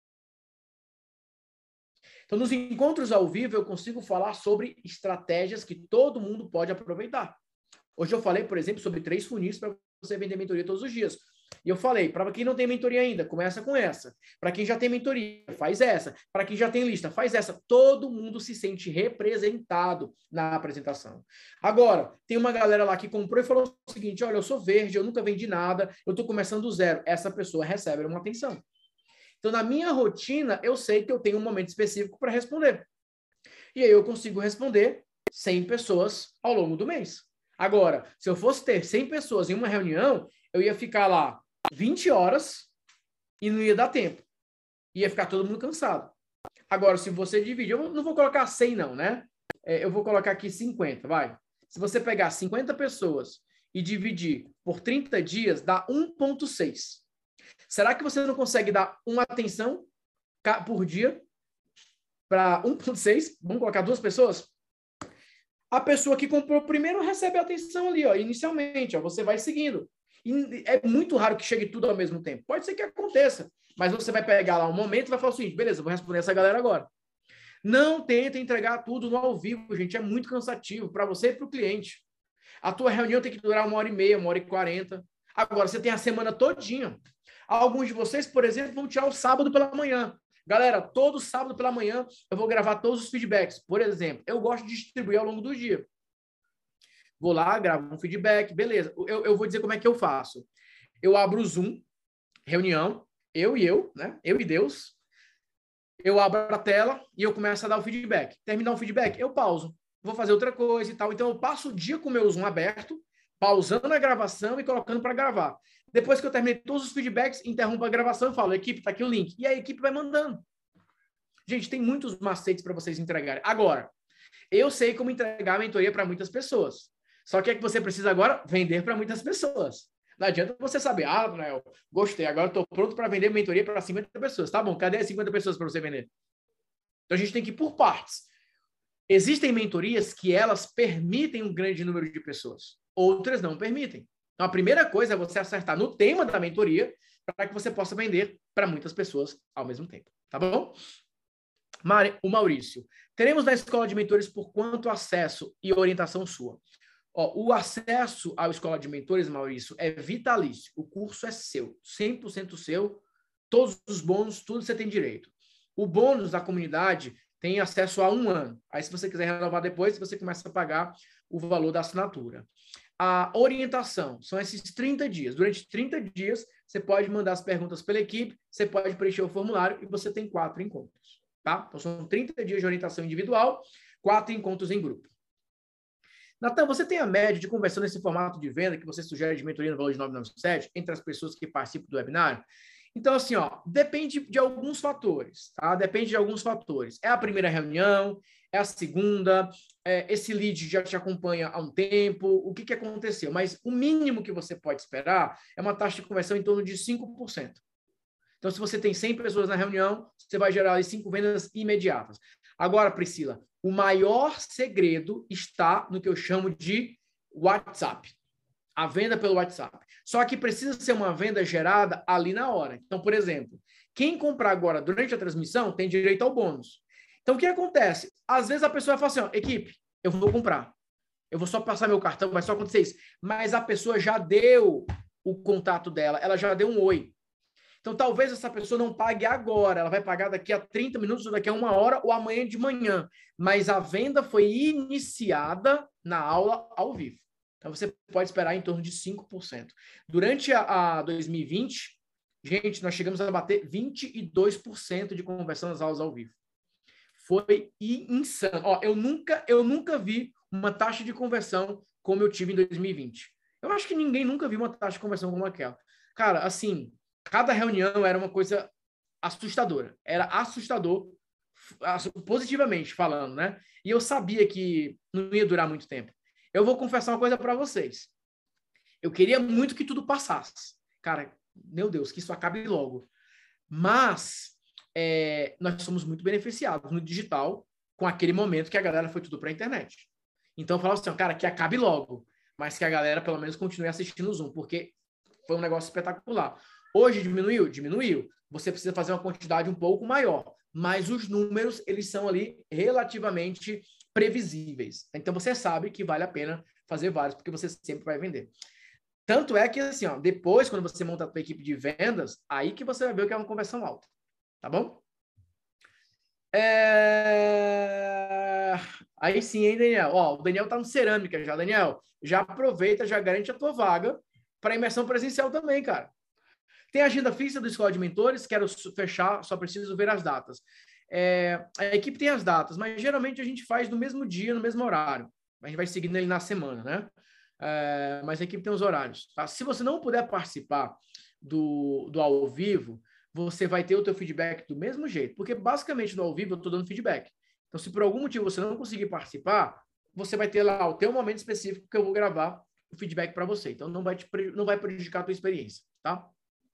Então, nos encontros ao vivo, eu consigo falar sobre estratégias que todo mundo pode aproveitar. Hoje eu falei, por exemplo, sobre 3 funis para você vender mentoria todos os dias. E eu falei, para quem não tem mentoria ainda, começa com essa. Para quem já tem mentoria, faz essa. Para quem já tem lista, faz essa. Todo mundo se sente representado na apresentação. Agora, tem uma galera lá que comprou e falou o seguinte, olha, eu sou verde, eu nunca vendi nada, eu estou começando do zero. Essa pessoa recebe uma atenção. Então, na minha rotina, eu sei que eu tenho um momento específico para responder. E aí eu consigo responder 100 pessoas ao longo do mês. Agora, se eu fosse ter 100 pessoas em uma reunião, eu ia ficar lá 20 horas e não ia dar tempo. Ia ficar todo mundo cansado. Agora, se você dividir, eu não vou colocar 100 não, né? Eu vou colocar aqui 50, vai. Se você pegar 50 pessoas e dividir por 30 dias, dá 1,6. Será que você não consegue dar uma atenção por dia para 1,6? Vamos colocar 2 pessoas? A pessoa que comprou primeiro recebe a atenção ali, ó, inicialmente. Ó, você vai seguindo. E é muito raro que chegue tudo ao mesmo tempo. Pode ser que aconteça, mas você vai pegar lá um momento e vai falar o seguinte, beleza, vou responder essa galera agora. Não tenta entregar tudo no ao vivo, gente. É muito cansativo para você e para o cliente. A tua reunião tem que durar 1h30, 1h40. Agora, você tem a semana todinha. Alguns de vocês, por exemplo, vão tirar o sábado pela manhã. Galera, todo sábado pela manhã eu vou gravar todos os feedbacks. Por exemplo, eu gosto de distribuir ao longo do dia. Vou lá, gravo um feedback, beleza. Eu vou dizer como é que eu faço. Eu abro o Zoom, reunião, eu, né? Eu e Deus. Eu abro a tela e eu começo a dar o feedback. Terminar o feedback, eu pauso. Vou fazer outra coisa e tal. Então, eu passo o dia com o meu Zoom aberto, pausando a gravação e colocando para gravar. Depois que eu terminei todos os feedbacks, interrompo a gravação e falo, equipe, tá aqui o link. E a equipe vai mandando. Gente, tem muitos macetes para vocês entregarem. Agora, eu sei como entregar a mentoria para muitas pessoas. Só que é que você precisa agora vender para muitas pessoas. Não adianta você saber, Noel, gostei, agora estou pronto para vender mentoria para 50 pessoas. Tá bom, cadê as 50 pessoas para você vender? Então, a gente tem que ir por partes. Existem mentorias que elas permitem um grande número de pessoas. Outras não permitem. Então, a primeira coisa é você acertar no tema da mentoria para que você possa vender para muitas pessoas ao mesmo tempo. Tá bom? O Maurício. Teremos na escola de mentores por quanto acesso e orientação sua? O acesso à escola de mentores, Maurício, é vitalício. O curso é seu, 100% seu. Todos os bônus, tudo você tem direito. O bônus da comunidade tem acesso a 1 ano. Aí, se você quiser renovar depois, você começa a pagar o valor da assinatura. A orientação são esses 30 dias. Durante 30 dias, você pode mandar as perguntas pela equipe, você pode preencher o formulário e você tem 4 encontros. Tá? Então, são 30 dias de orientação individual, 4 encontros em grupo. Natan, você tem a média de conversão nesse formato de venda que você sugere de mentoria no valor de 997 entre as pessoas que participam do webinário? Então, assim, depende de alguns fatores, tá? Depende de alguns fatores. É a primeira reunião, é a segunda, esse lead já te acompanha há um tempo, o que aconteceu? Mas o mínimo que você pode esperar é uma taxa de conversão em torno de 5%. Então, se você tem 100 pessoas na reunião, você vai gerar 5 vendas imediatas. Agora, Priscila, o maior segredo está no que eu chamo de WhatsApp. A venda pelo WhatsApp. Só que precisa ser uma venda gerada ali na hora. Então, por exemplo, quem comprar agora durante a transmissão tem direito ao bônus. Então, o que acontece? Às vezes a pessoa fala assim, equipe, eu vou comprar. Eu vou só passar meu cartão, vai só acontecer isso. Mas a pessoa já deu o contato dela, ela já deu um oi. Então, talvez essa pessoa não pague agora, ela vai pagar daqui a 30 minutos, ou daqui a 1 hora, ou amanhã de manhã. Mas a venda foi iniciada na aula ao vivo. Então, você pode esperar em torno de 5%. Durante a 2020, gente, nós chegamos a bater 22% de conversão nas aulas ao vivo. Foi insano. Ó, eu nunca vi uma taxa de conversão como eu tive em 2020. Eu acho que ninguém nunca viu uma taxa de conversão como aquela. Cara, assim, cada reunião era uma coisa assustadora. Era assustador, positivamente falando, né? E eu sabia que não ia durar muito tempo. Eu vou confessar uma coisa para vocês. Eu queria muito que tudo passasse. Cara, meu Deus, que isso acabe logo. Mas nós somos muito beneficiados no digital com aquele momento que a galera foi tudo para a internet. Então eu falava assim, cara, que acabe logo, mas que a galera pelo menos continue assistindo o Zoom, porque foi um negócio espetacular. Hoje diminuiu? Diminuiu. Você precisa fazer uma quantidade um pouco maior, mas os números, eles são ali relativamente previsíveis. Então você sabe que vale a pena fazer vários, porque você sempre vai vender. Tanto é que, assim, ó, depois, quando você monta a sua equipe de vendas, aí que você vai ver o que é uma conversão alta. Tá bom? Aí sim, hein, Daniel? Ó, o Daniel tá no cerâmica já. Daniel, já aproveita, já garante a tua vaga para imersão presencial também, cara. Tem agenda fixa do Escola de Mentores, quero fechar, só preciso ver as datas. A equipe tem as datas, mas geralmente a gente faz no mesmo dia, no mesmo horário. A gente vai seguindo ele na semana, né? Mas a equipe tem os horários. Tá? Se você não puder participar do ao vivo, você vai ter o teu feedback do mesmo jeito, porque basicamente no ao vivo eu estou dando feedback. Então, se por algum motivo você não conseguir participar, você vai ter lá o teu momento específico que eu vou gravar o feedback para você. Então, não vai prejudicar a tua experiência, tá?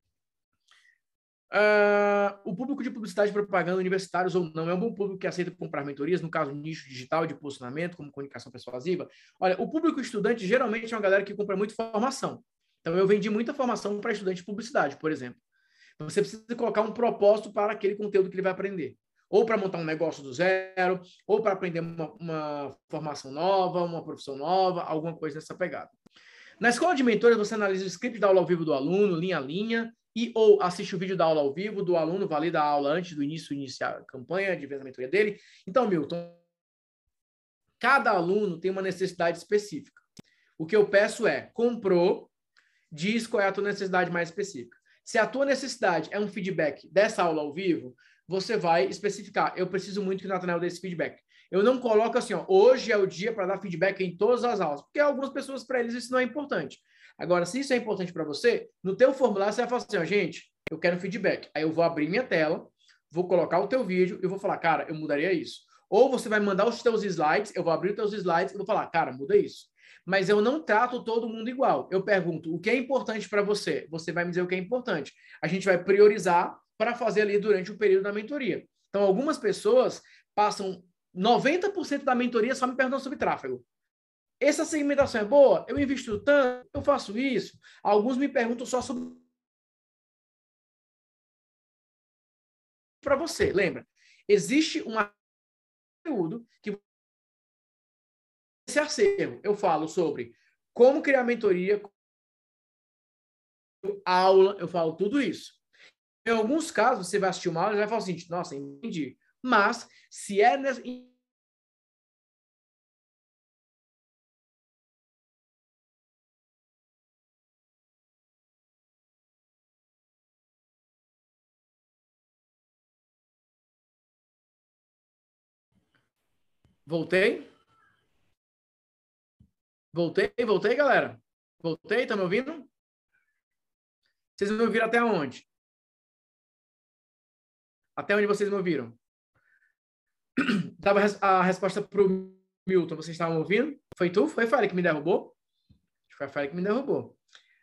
O público de publicidade e propaganda, universitários ou não, é um bom público que aceita comprar mentorias, no caso, nicho digital de posicionamento, como comunicação persuasiva. Olha, o público estudante geralmente é uma galera que compra muito formação. Então, eu vendi muita formação para estudante de publicidade, por exemplo. Você precisa colocar um propósito para aquele conteúdo que ele vai aprender. Ou para montar um negócio do zero, ou para aprender uma formação nova, uma profissão nova, alguma coisa nessa pegada. Na escola de mentores, você analisa o script da aula ao vivo do aluno, linha a linha, ou assiste o vídeo da aula ao vivo do aluno, valida a aula antes do iniciar a campanha de venda da mentoria dele. Então, Milton, cada aluno tem uma necessidade específica. O que eu peço comprou, diz qual é a tua necessidade mais específica. Se a tua necessidade é um feedback dessa aula ao vivo, você vai especificar. Eu preciso muito que o Nathanael dê esse feedback. Eu não coloco assim, hoje é o dia para dar feedback em todas as aulas, porque algumas pessoas, para eles, isso não é importante. Agora, se isso é importante para você, no teu formulário você vai falar assim, gente, eu quero feedback. Aí eu vou abrir minha tela, vou colocar o teu vídeo e vou falar, cara, eu mudaria isso. Ou você vai mandar os teus slides, eu vou abrir os teus slides e vou falar, cara, muda isso. Mas eu não trato todo mundo igual. Eu pergunto, o que é importante para você? Você vai me dizer o que é importante. A gente vai priorizar para fazer ali durante o período da mentoria. Então, algumas pessoas passam 90% da mentoria só me perguntando sobre tráfego. Essa segmentação é boa? Eu invisto tanto? Eu faço isso? Alguns me perguntam só sobre... Para você, lembra? Existe um conteúdo que esse acervo. Eu falo sobre como criar mentoria, aula, eu falo tudo isso. Em alguns casos, você vai assistir uma aula e vai falar assim, nossa, entendi. Mas, se é... Voltei? Voltei, galera? Voltei, tá me ouvindo? Vocês me ouviram até onde? Até onde vocês me ouviram? Dava a resposta para o Milton. Vocês estavam ouvindo? Foi tu? Foi a Fália que me derrubou? Foi a Fália que me derrubou.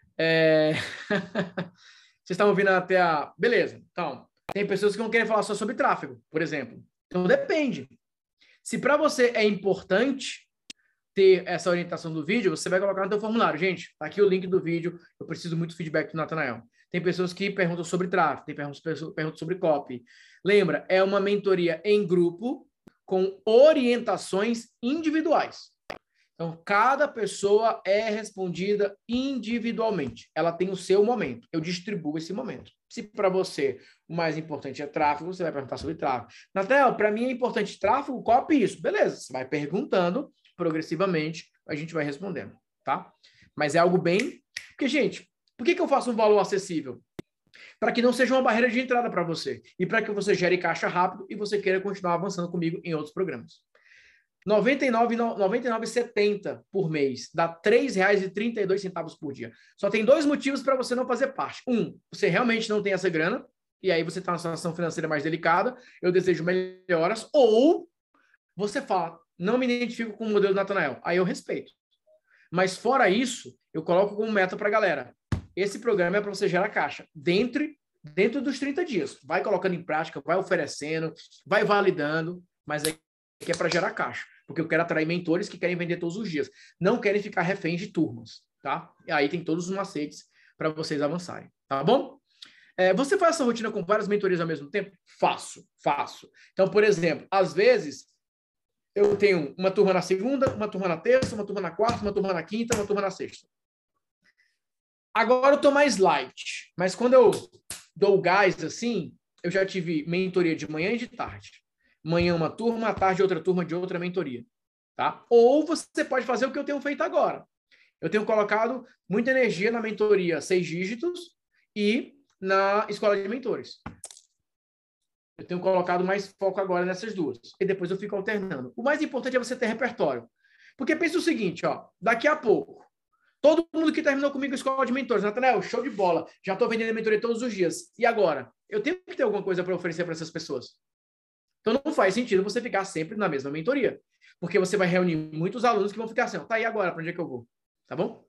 Vocês estavam ouvindo até a... Beleza. Então, tem pessoas que vão querer falar só sobre tráfego, por exemplo. Então, depende. Se para você é importante ter essa orientação do vídeo, você vai colocar no seu formulário. Gente, tá aqui o link do vídeo. Eu preciso muito do feedback do Nathanael. Tem pessoas que perguntam sobre tráfego, tem pessoas que perguntam sobre copy. Lembra, é uma mentoria em grupo com orientações individuais. Então, cada pessoa é respondida individualmente. Ela tem o seu momento. Eu distribuo esse momento. Se para você o mais importante é tráfego, você vai perguntar sobre tráfego. Nathanael, para mim é importante tráfego, copy isso. Beleza, você vai perguntando progressivamente, a gente vai respondendo, tá? Mas é algo bem... Porque, gente, por que eu faço um valor acessível? Para que não seja uma barreira de entrada para você. E para que você gere caixa rápido e você queira continuar avançando comigo em outros programas. R$ 99,70 por mês, dá R$ 3,32 por dia. Só tem 2 motivos para você não fazer parte. Você realmente não tem essa grana, e aí você está numa situação financeira mais delicada, eu desejo melhoras, ou você fala, não me identifico com o modelo do Nathanael, aí eu respeito. Mas fora isso, eu coloco como meta para a galera. Esse programa é para você gerar caixa dentro dos 30 dias. Vai colocando em prática, vai oferecendo, vai validando, mas é que é para gerar caixa, porque eu quero atrair mentores que querem vender todos os dias, não querem ficar reféns de turmas, tá? E aí tem todos os macetes para vocês avançarem, tá bom? Você faz essa rotina com várias mentorias ao mesmo tempo? Faço. Então, por exemplo, às vezes eu tenho uma turma na segunda, uma turma na terça, uma turma na quarta, uma turma na quinta, uma turma na sexta. Agora eu tô mais light, mas quando eu dou gás assim, eu já tive mentoria de manhã e de tarde. Manhã uma turma, à tarde outra turma de outra mentoria, tá? Ou você pode fazer o que eu tenho feito agora. Eu tenho colocado muita energia na mentoria 6 dígitos e na escola de mentores. Eu tenho colocado mais foco agora nessas duas. E depois eu fico alternando. O mais importante é você ter repertório. Porque pensa o seguinte, ó, daqui a pouco, todo mundo que terminou comigo a escola de mentores, Nathanael, show de bola, já estou vendendo a mentoria todos os dias. E agora? Eu tenho que ter alguma coisa para oferecer para essas pessoas. Então, não faz sentido você ficar sempre na mesma mentoria, porque você vai reunir muitos alunos que vão ficar assim, ó, tá aí agora, para onde é que eu vou? Tá bom?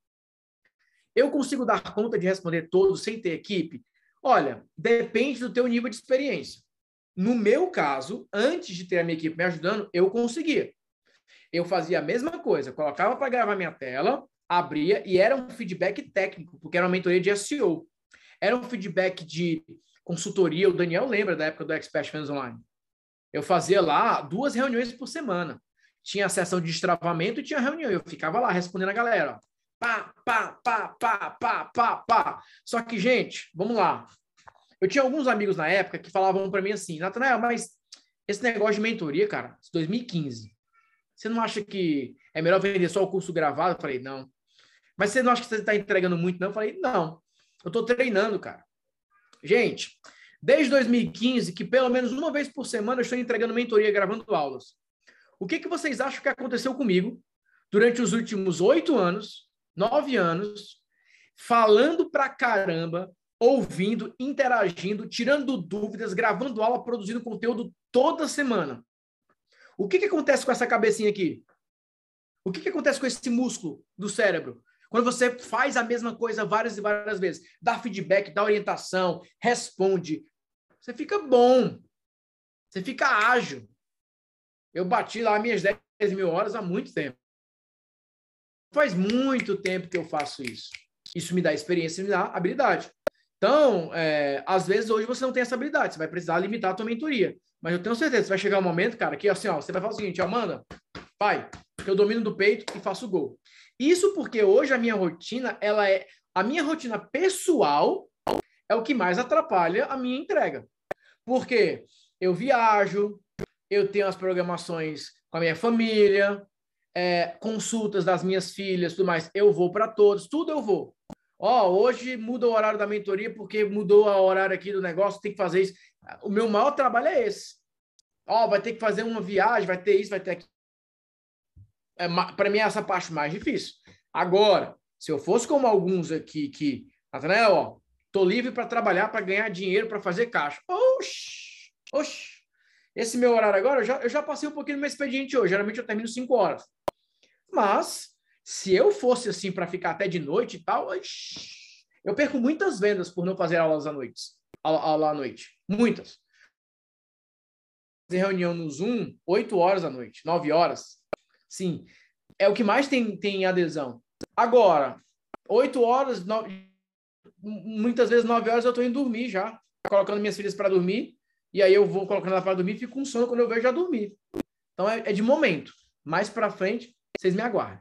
Eu consigo dar conta de responder todos sem ter equipe? Olha, depende do teu nível de experiência. No meu caso, antes de ter a minha equipe me ajudando, eu conseguia. Eu fazia a mesma coisa, colocava para gravar minha tela, abria e era um feedback técnico, porque era uma mentoria de SEO. Era um feedback de consultoria, o Daniel lembra da época do Expert Fans Online. Eu fazia lá 2 reuniões por semana. Tinha a sessão de destravamento e tinha reunião. Eu ficava lá respondendo a galera. Pá, pá, pá, pá, pá, pá, pá. Só que, gente, vamos lá. Eu tinha alguns amigos na época que falavam para mim assim, Nathanael, mas esse negócio de mentoria, cara, 2015, você não acha que é melhor vender só o curso gravado? Eu falei, não. Mas você não acha que você está entregando muito, não? Eu falei, não. Eu estou treinando, cara. Gente, desde 2015, que pelo menos uma vez por semana eu estou entregando mentoria, gravando aulas. O que vocês acham que aconteceu comigo durante os últimos 8 anos, 9 anos, falando pra caramba, ouvindo, interagindo, tirando dúvidas, gravando aula, produzindo conteúdo toda semana? O que acontece com essa cabecinha aqui? O que acontece com esse músculo do cérebro? Quando você faz a mesma coisa várias e várias vezes, dá feedback, dá orientação, responde, você fica bom, você fica ágil. Eu bati lá minhas 10 mil horas há muito tempo. Faz muito tempo que eu faço isso. Isso me dá experiência, me dá habilidade. Então, às vezes, hoje você não tem essa habilidade, você vai precisar limitar a tua mentoria. Mas eu tenho certeza, você vai chegar um momento, cara, que assim, ó, você vai falar o seguinte, Amanda, pai, eu domino do peito e faço gol. Isso porque hoje a minha rotina, a minha rotina pessoal é o que mais atrapalha a minha entrega. Porque eu viajo, eu tenho as programações com a minha família, consultas das minhas filhas, tudo mais, eu vou para todos, tudo eu vou. Hoje muda o horário da mentoria porque mudou o horário aqui do negócio, tem que fazer isso. O meu maior trabalho é esse. Vai ter que fazer uma viagem, vai ter isso, vai ter aquilo. Para mim, é essa parte mais difícil. Agora, se eu fosse como alguns aqui que, Nathanael, tô livre para trabalhar, para ganhar dinheiro, para fazer caixa. Oxi. Esse meu horário agora, eu já passei um pouquinho no meu expediente hoje. Geralmente eu termino 5 horas. Mas, se eu fosse assim para ficar até de noite e tal, eu perco muitas vendas por não fazer aulas à noite. Aula à noite. Muitas. Fazer reunião no Zoom, 8 horas à noite, 9 horas. Sim, é o que mais tem adesão. Agora, 8 horas, muitas vezes 9 horas eu estou indo dormir já. Colocando minhas filhas para dormir. E aí eu vou colocando ela para dormir e fico com sono quando eu vejo já dormir. Então é de momento. Mais para frente, Vocês me aguardem.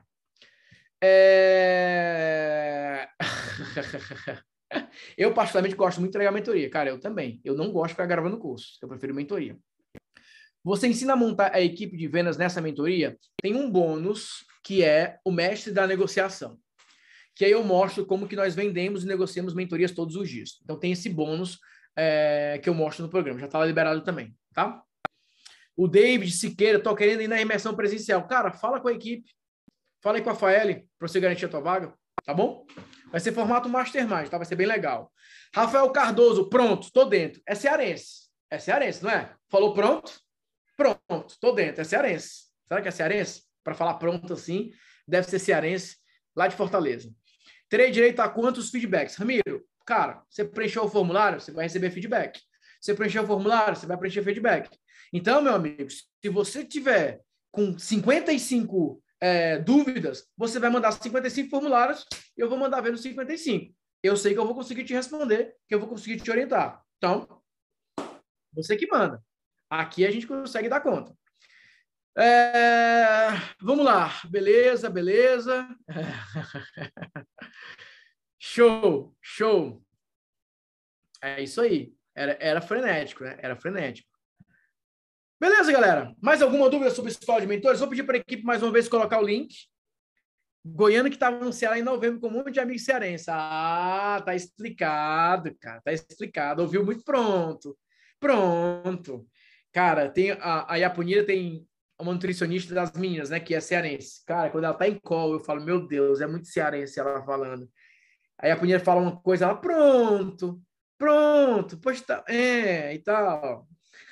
Eu, particularmente, gosto muito de entregar mentoria. Cara, eu também. Eu não gosto de ficar gravando curso. Eu prefiro mentoria. Você ensina a montar a equipe de vendas nessa mentoria? Tem um bônus, que é o mestre da negociação. Que aí eu mostro como que nós vendemos e negociamos mentorias todos os dias. Então, tem esse bônus que eu mostro no programa. Já está liberado também, tá? O David Siqueira, tô querendo ir na imersão presencial. Cara, fala com a equipe. Fala aí com a Faeli, para você garantir a tua vaga, tá bom? Vai ser formato Mastermind, tá? Vai ser bem legal. Rafael Cardoso, pronto, tô dentro. É cearense. É cearense, não é? Falou pronto? Pronto, tô dentro. É cearense. Será que é cearense? Para falar pronto assim, deve ser cearense, lá de Fortaleza. Terei direito a quantos feedbacks? Ramiro, cara, você preencheu o formulário, você vai receber feedback. Você preencheu o formulário, você vai preencher feedback. Então, meu amigo, se você tiver com 55 dúvidas, você vai mandar 55 formulários e eu vou mandar ver nos 55. Eu sei que eu vou conseguir te responder, que eu vou conseguir te orientar. Então, você que manda. Aqui a gente consegue dar conta. Vamos lá. Beleza, beleza. Show, show. É isso aí. Era frenético, né? Era frenético. Beleza, galera? Mais alguma dúvida sobre escola de mentores? Vou pedir para a equipe mais uma vez colocar o link. Goiano que estava no Ceará em novembro com um monte de amigos cearenses. Ah, tá explicado, cara. Tá explicado. Ouviu muito pronto. Pronto. Cara, tem a Yapunira tem uma nutricionista das meninas, né? Que é cearense. Cara, quando ela tá em call, eu falo, meu Deus, é muito cearense ela falando. Aí a Yapunira fala uma coisa, ela, pronto. Pronto. Pois tá. E tal.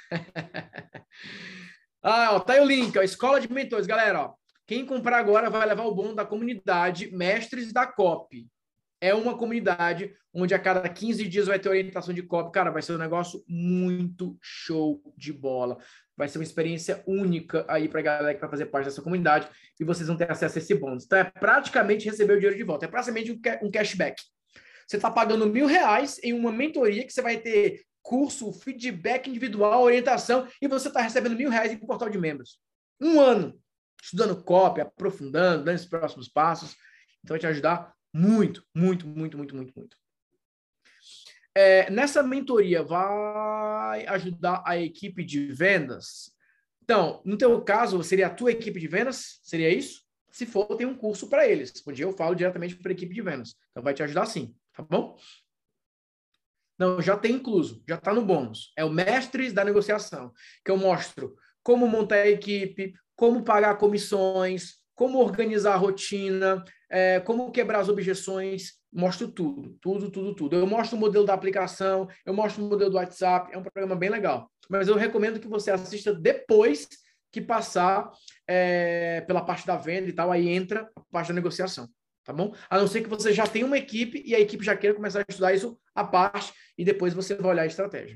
Ó, tá aí o link, ó, Escola de Mentores. Galera, ó, quem comprar agora vai levar o bônus da comunidade Mestres da COP. É uma comunidade onde a cada 15 dias vai ter orientação de COP. Cara, vai ser um negócio muito show de bola. Vai ser uma experiência única aí para a galera que vai fazer parte dessa comunidade e vocês vão ter acesso a esse bônus. Então, é praticamente receber o dinheiro de volta. É praticamente um cashback. Você está pagando R$1.000 em uma mentoria que você vai ter curso, feedback individual, orientação, e você está recebendo R$1.000 em portal de membros. Um ano estudando copy, aprofundando, dando esses próximos passos. Então, vai te ajudar muito, muito, muito, muito, muito, muito. Nessa mentoria, vai ajudar a equipe de vendas? Então, no teu caso, seria a tua equipe de vendas? Seria isso? Se for, tem um curso para eles, onde eu falo diretamente para a equipe de vendas. Então, vai te ajudar sim, tá bom? Não, já tem incluso, já está no bônus. É o Mestres da Negociação, que eu mostro como montar a equipe, como pagar comissões, como organizar a rotina, como quebrar as objeções, mostro tudo, tudo, tudo, tudo. Eu mostro o modelo da aplicação, eu mostro o modelo do WhatsApp, é um programa bem legal. Mas eu recomendo que você assista depois que passar pela parte da venda e tal, aí entra a parte da negociação. Tá bom? A não ser que você já tenha uma equipe e a equipe já queira começar a estudar isso à parte e depois você vai olhar a estratégia.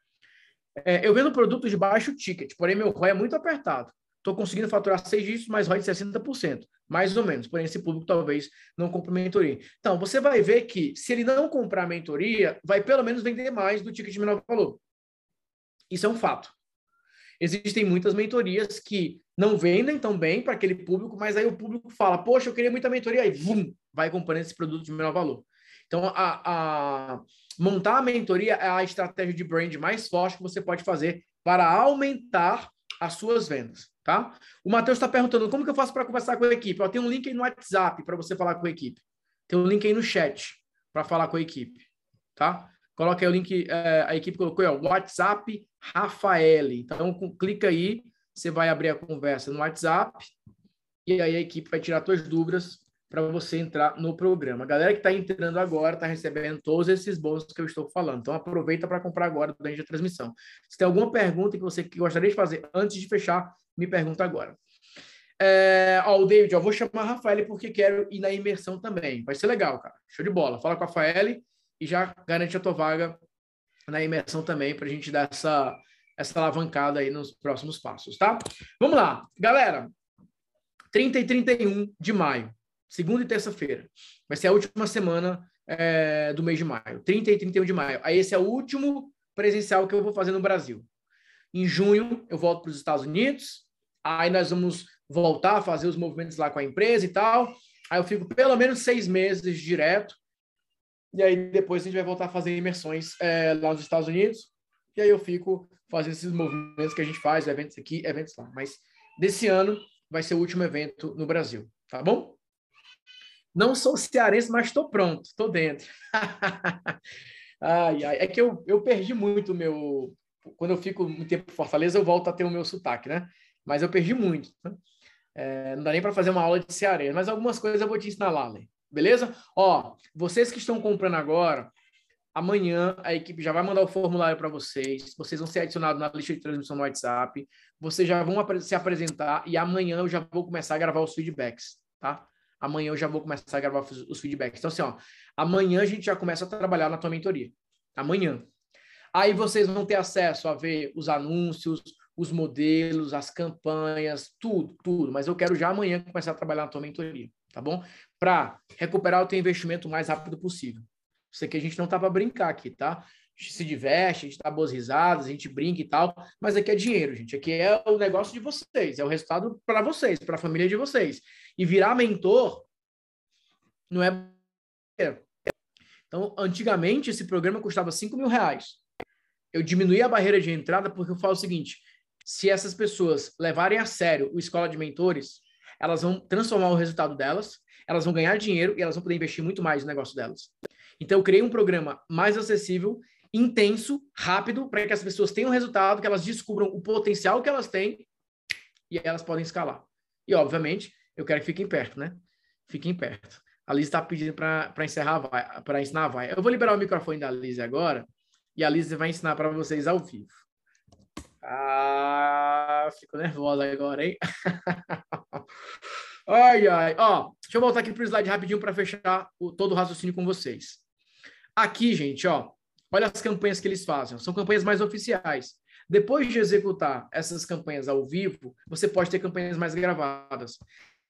Eu vendo produtos de baixo ticket, porém meu ROI é muito apertado. Estou conseguindo faturar 6 dígitos, mais ROI de 60%, mais ou menos. Porém, esse público talvez não compre mentoria. Então, você vai ver que se ele não comprar mentoria, vai pelo menos vender mais do ticket de menor valor. Isso é um fato. Existem muitas mentorias que não vendem tão bem para aquele público, mas aí o público fala, poxa, eu queria muita mentoria, aí vum, vai comprando esse produto de menor valor. Então, montar a mentoria é a estratégia de brand mais forte que você pode fazer para aumentar as suas vendas, tá? O Matheus está perguntando, como que eu faço para conversar com a equipe? Tem um link aí no WhatsApp para você falar com a equipe. Tem um link aí no chat para falar com a equipe, tá? Coloca aí o link, a equipe colocou aí, ó, WhatsApp Rafael. Então, clica aí, você vai abrir a conversa no WhatsApp e aí a equipe vai tirar suas dúvidas para você entrar no programa. A galera que está entrando agora está recebendo todos esses bônus que eu estou falando. Então, aproveita para comprar agora durante a transmissão. Se tem alguma pergunta que você gostaria de fazer antes de fechar, me pergunta agora. O David, eu vou chamar a Rafael porque quero ir na imersão também. Vai ser legal, cara. Show de bola. Fala com a Rafael e já garante a tua vaga na imersão também para a gente dar essa alavancada aí nos próximos passos, tá? Vamos lá. Galera, 30 e 31 de maio, segunda e terça-feira. Vai ser a última semana do mês de maio. 30 e 31 de maio. Aí esse é o último presencial que eu vou fazer no Brasil. Em junho, eu volto para os Estados Unidos. Aí nós vamos voltar a fazer os movimentos lá com a empresa e tal. Aí eu fico pelo menos 6 meses direto. E aí depois a gente vai voltar a fazer imersões lá nos Estados Unidos. E aí eu fico fazendo esses movimentos que a gente faz, eventos aqui, eventos lá. Mas desse ano vai ser o último evento no Brasil, tá bom? Não sou cearense, mas estou pronto, estou dentro. Ai, ai. É que eu perdi muito o meu... Quando eu fico muito tempo em Fortaleza, eu volto a ter o meu sotaque, né? Mas eu perdi muito. Né? Não dá nem para fazer uma aula de cearense, mas algumas coisas eu vou te ensinar lá, né? Beleza? Ó, vocês que estão comprando agora, amanhã a equipe já vai mandar o formulário para vocês. Vocês vão ser adicionados na lista de transmissão no WhatsApp. Vocês já vão se apresentar e amanhã eu já vou começar a gravar os feedbacks, tá? Amanhã eu já vou começar a gravar os feedbacks. Então, assim, ó, amanhã a gente já começa a trabalhar na tua mentoria. Amanhã. Aí vocês vão ter acesso a ver os anúncios, os modelos, as campanhas, tudo, tudo. Mas eu quero já amanhã começar a trabalhar na tua mentoria, tá bom? Para recuperar o teu investimento o mais rápido possível. Isso aqui a gente não tá para brincar aqui, tá? A gente se diverte, a gente dá boas risadas, a gente brinca e tal, mas aqui é dinheiro, gente. Aqui é o negócio de vocês, é o resultado para vocês, para a família de vocês. E virar mentor não é... Então, antigamente, esse programa custava R$5.000. Eu diminuí a barreira de entrada porque eu falo o seguinte, se essas pessoas levarem a sério o Escola de Mentores, elas vão transformar o resultado delas, elas vão ganhar dinheiro e elas vão poder investir muito mais no negócio delas. Então, eu criei um programa mais acessível, intenso, rápido, para que as pessoas tenham resultado, que elas descubram o potencial que elas têm e elas podem escalar. E, obviamente, eu quero que fiquem perto, né? Fiquem perto. A Liz está pedindo para ensinar a vai. Eu vou liberar o microfone da Liz agora e a Liz vai ensinar para vocês ao vivo. Ah, fico nervosa agora, hein? Ai, ai. Ó, deixa eu voltar aqui para o slide rapidinho para fechar todo o raciocínio com vocês. Aqui, gente, ó, olha as campanhas que eles fazem. São campanhas mais oficiais. Depois de executar essas campanhas ao vivo, você pode ter campanhas mais gravadas.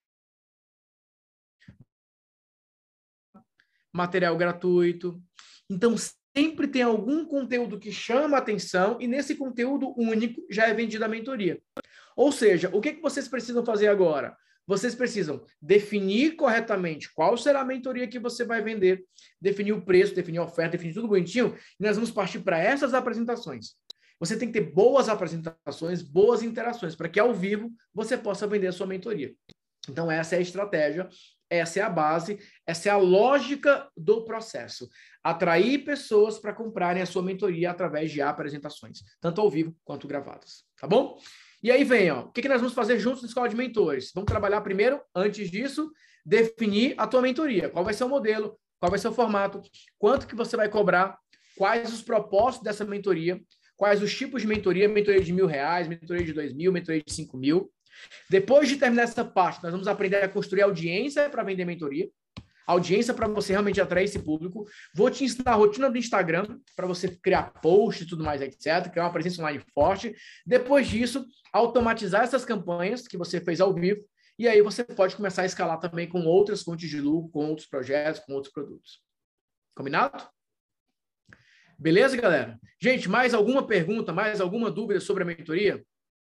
Material gratuito. Então, sempre tem algum conteúdo que chama a atenção e nesse conteúdo único já é vendida a mentoria. Ou seja, o que vocês precisam fazer agora? Vocês precisam definir corretamente qual será a mentoria que você vai vender, definir o preço, definir a oferta, definir tudo bonitinho, e nós vamos partir para essas apresentações. Você tem que ter boas apresentações, boas interações, para que ao vivo você possa vender a sua mentoria. Então, essa é a estratégia, essa é a base, essa é a lógica do processo. Atrair pessoas para comprarem a sua mentoria através de apresentações, tanto ao vivo quanto gravadas, tá bom? E aí vem, ó, o que nós vamos fazer juntos na Escola de Mentores? Vamos trabalhar primeiro, antes disso, definir a tua mentoria. Qual vai ser o modelo, qual vai ser o formato, quanto que você vai cobrar, quais os propósitos dessa mentoria, quais os tipos de mentoria de R$1.000, mentoria de 2.000, mentoria de 5.000. Depois de terminar essa parte, nós vamos aprender a construir audiência para vender mentoria, audiência para você realmente atrair esse público. Vou te ensinar a rotina do Instagram para você criar posts e tudo mais, etc., criar uma presença online forte. Depois disso, automatizar essas campanhas que você fez ao vivo e aí você pode começar a escalar também com outras fontes de lucro, com outros projetos, com outros produtos. Combinado? Beleza, galera? Gente, mais alguma pergunta, mais alguma dúvida sobre a mentoria?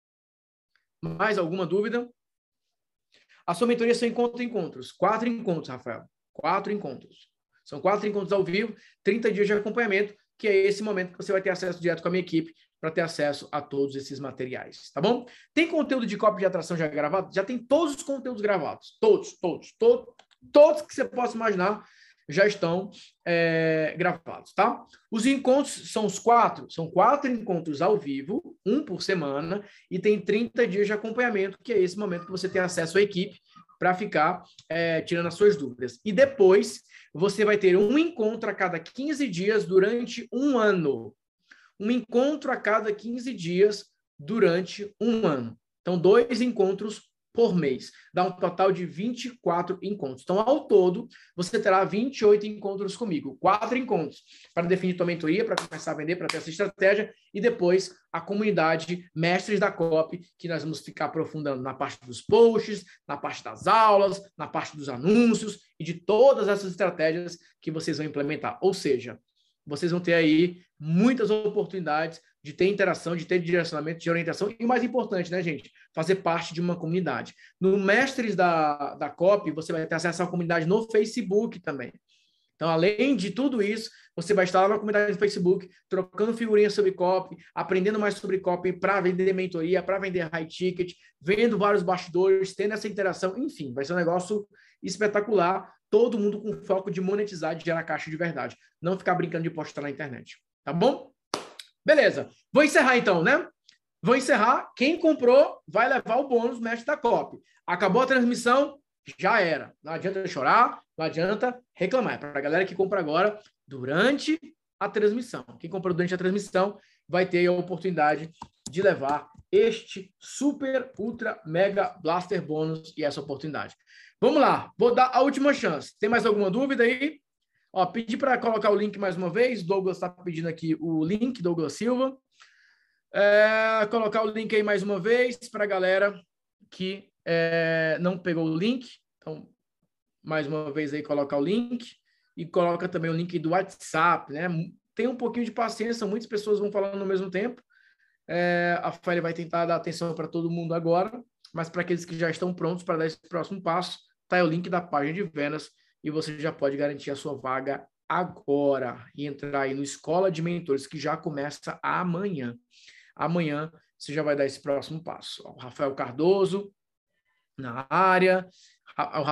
Mais alguma dúvida? A sua mentoria são encontros. 4 encontros, Rafael. 4 encontros. São 4 encontros ao vivo, 30 dias de acompanhamento, que é esse momento que você vai ter acesso direto com a minha equipe para ter acesso a todos esses materiais, tá bom? Tem conteúdo de copy de atração já gravado? Já tem todos os conteúdos gravados. Todos que você possa imaginar já estão gravados, tá? Os encontros são os 4, são 4 encontros ao vivo, 1 por semana, e tem 30 dias de acompanhamento, que é esse momento que você tem acesso à equipe para ficar tirando as suas dúvidas. E depois, você vai ter um encontro a cada 15 dias durante um ano. Um encontro a cada 15 dias durante um ano. Então, 2 encontros por mês. Dá um total de 24 encontros. Então, ao todo, você terá 28 encontros comigo. 4 encontros para definir tua mentoria, para começar a vender, para ter essa estratégia. E depois, a comunidade Mestres da Copy, que nós vamos ficar aprofundando na parte dos posts, na parte das aulas, na parte dos anúncios e de todas essas estratégias que vocês vão implementar. Ou seja, vocês vão ter aí muitas oportunidades de ter interação, de ter direcionamento, de orientação e o mais importante, né, gente? Fazer parte de uma comunidade. No Mestres da COP, você vai ter acesso à comunidade no Facebook também. Então, além de tudo isso, você vai estar lá na comunidade do Facebook, trocando figurinhas sobre copy, aprendendo mais sobre copy para vender mentoria, para vender high ticket, vendo vários bastidores, tendo essa interação, enfim, vai ser um negócio espetacular, todo mundo com foco de monetizar, de gerar caixa de verdade, não ficar brincando de postar na internet, tá bom? Beleza, vou encerrar então, né? Vou encerrar, quem comprou vai levar o bônus mestre da copy. Acabou a transmissão, já era. Não adianta chorar, não adianta reclamar. É para a galera que compra agora, durante a transmissão. Quem comprou durante a transmissão vai ter a oportunidade de levar este super, ultra, mega blaster bônus e essa oportunidade. Vamos lá, vou dar a última chance. Tem mais alguma dúvida aí? Ó, pedi para colocar o link mais uma vez. Douglas está pedindo aqui o link, Douglas Silva. Colocar o link aí mais uma vez para a galera que não pegou o link. Então, mais uma vez aí, colocar o link e coloca também o link do WhatsApp, né? Tem um pouquinho de paciência, muitas pessoas vão falando ao mesmo tempo. A Fália vai tentar dar atenção para todo mundo agora, mas para aqueles que já estão prontos para dar esse próximo passo, tá aí o link da página de vendas e você já pode garantir a sua vaga agora e entrar aí no Escola de Mentores, que já começa amanhã. Amanhã você já vai dar esse próximo passo. O Rafael Cardoso na área. O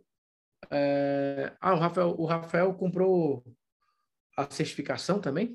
Rafael comprou a certificação também.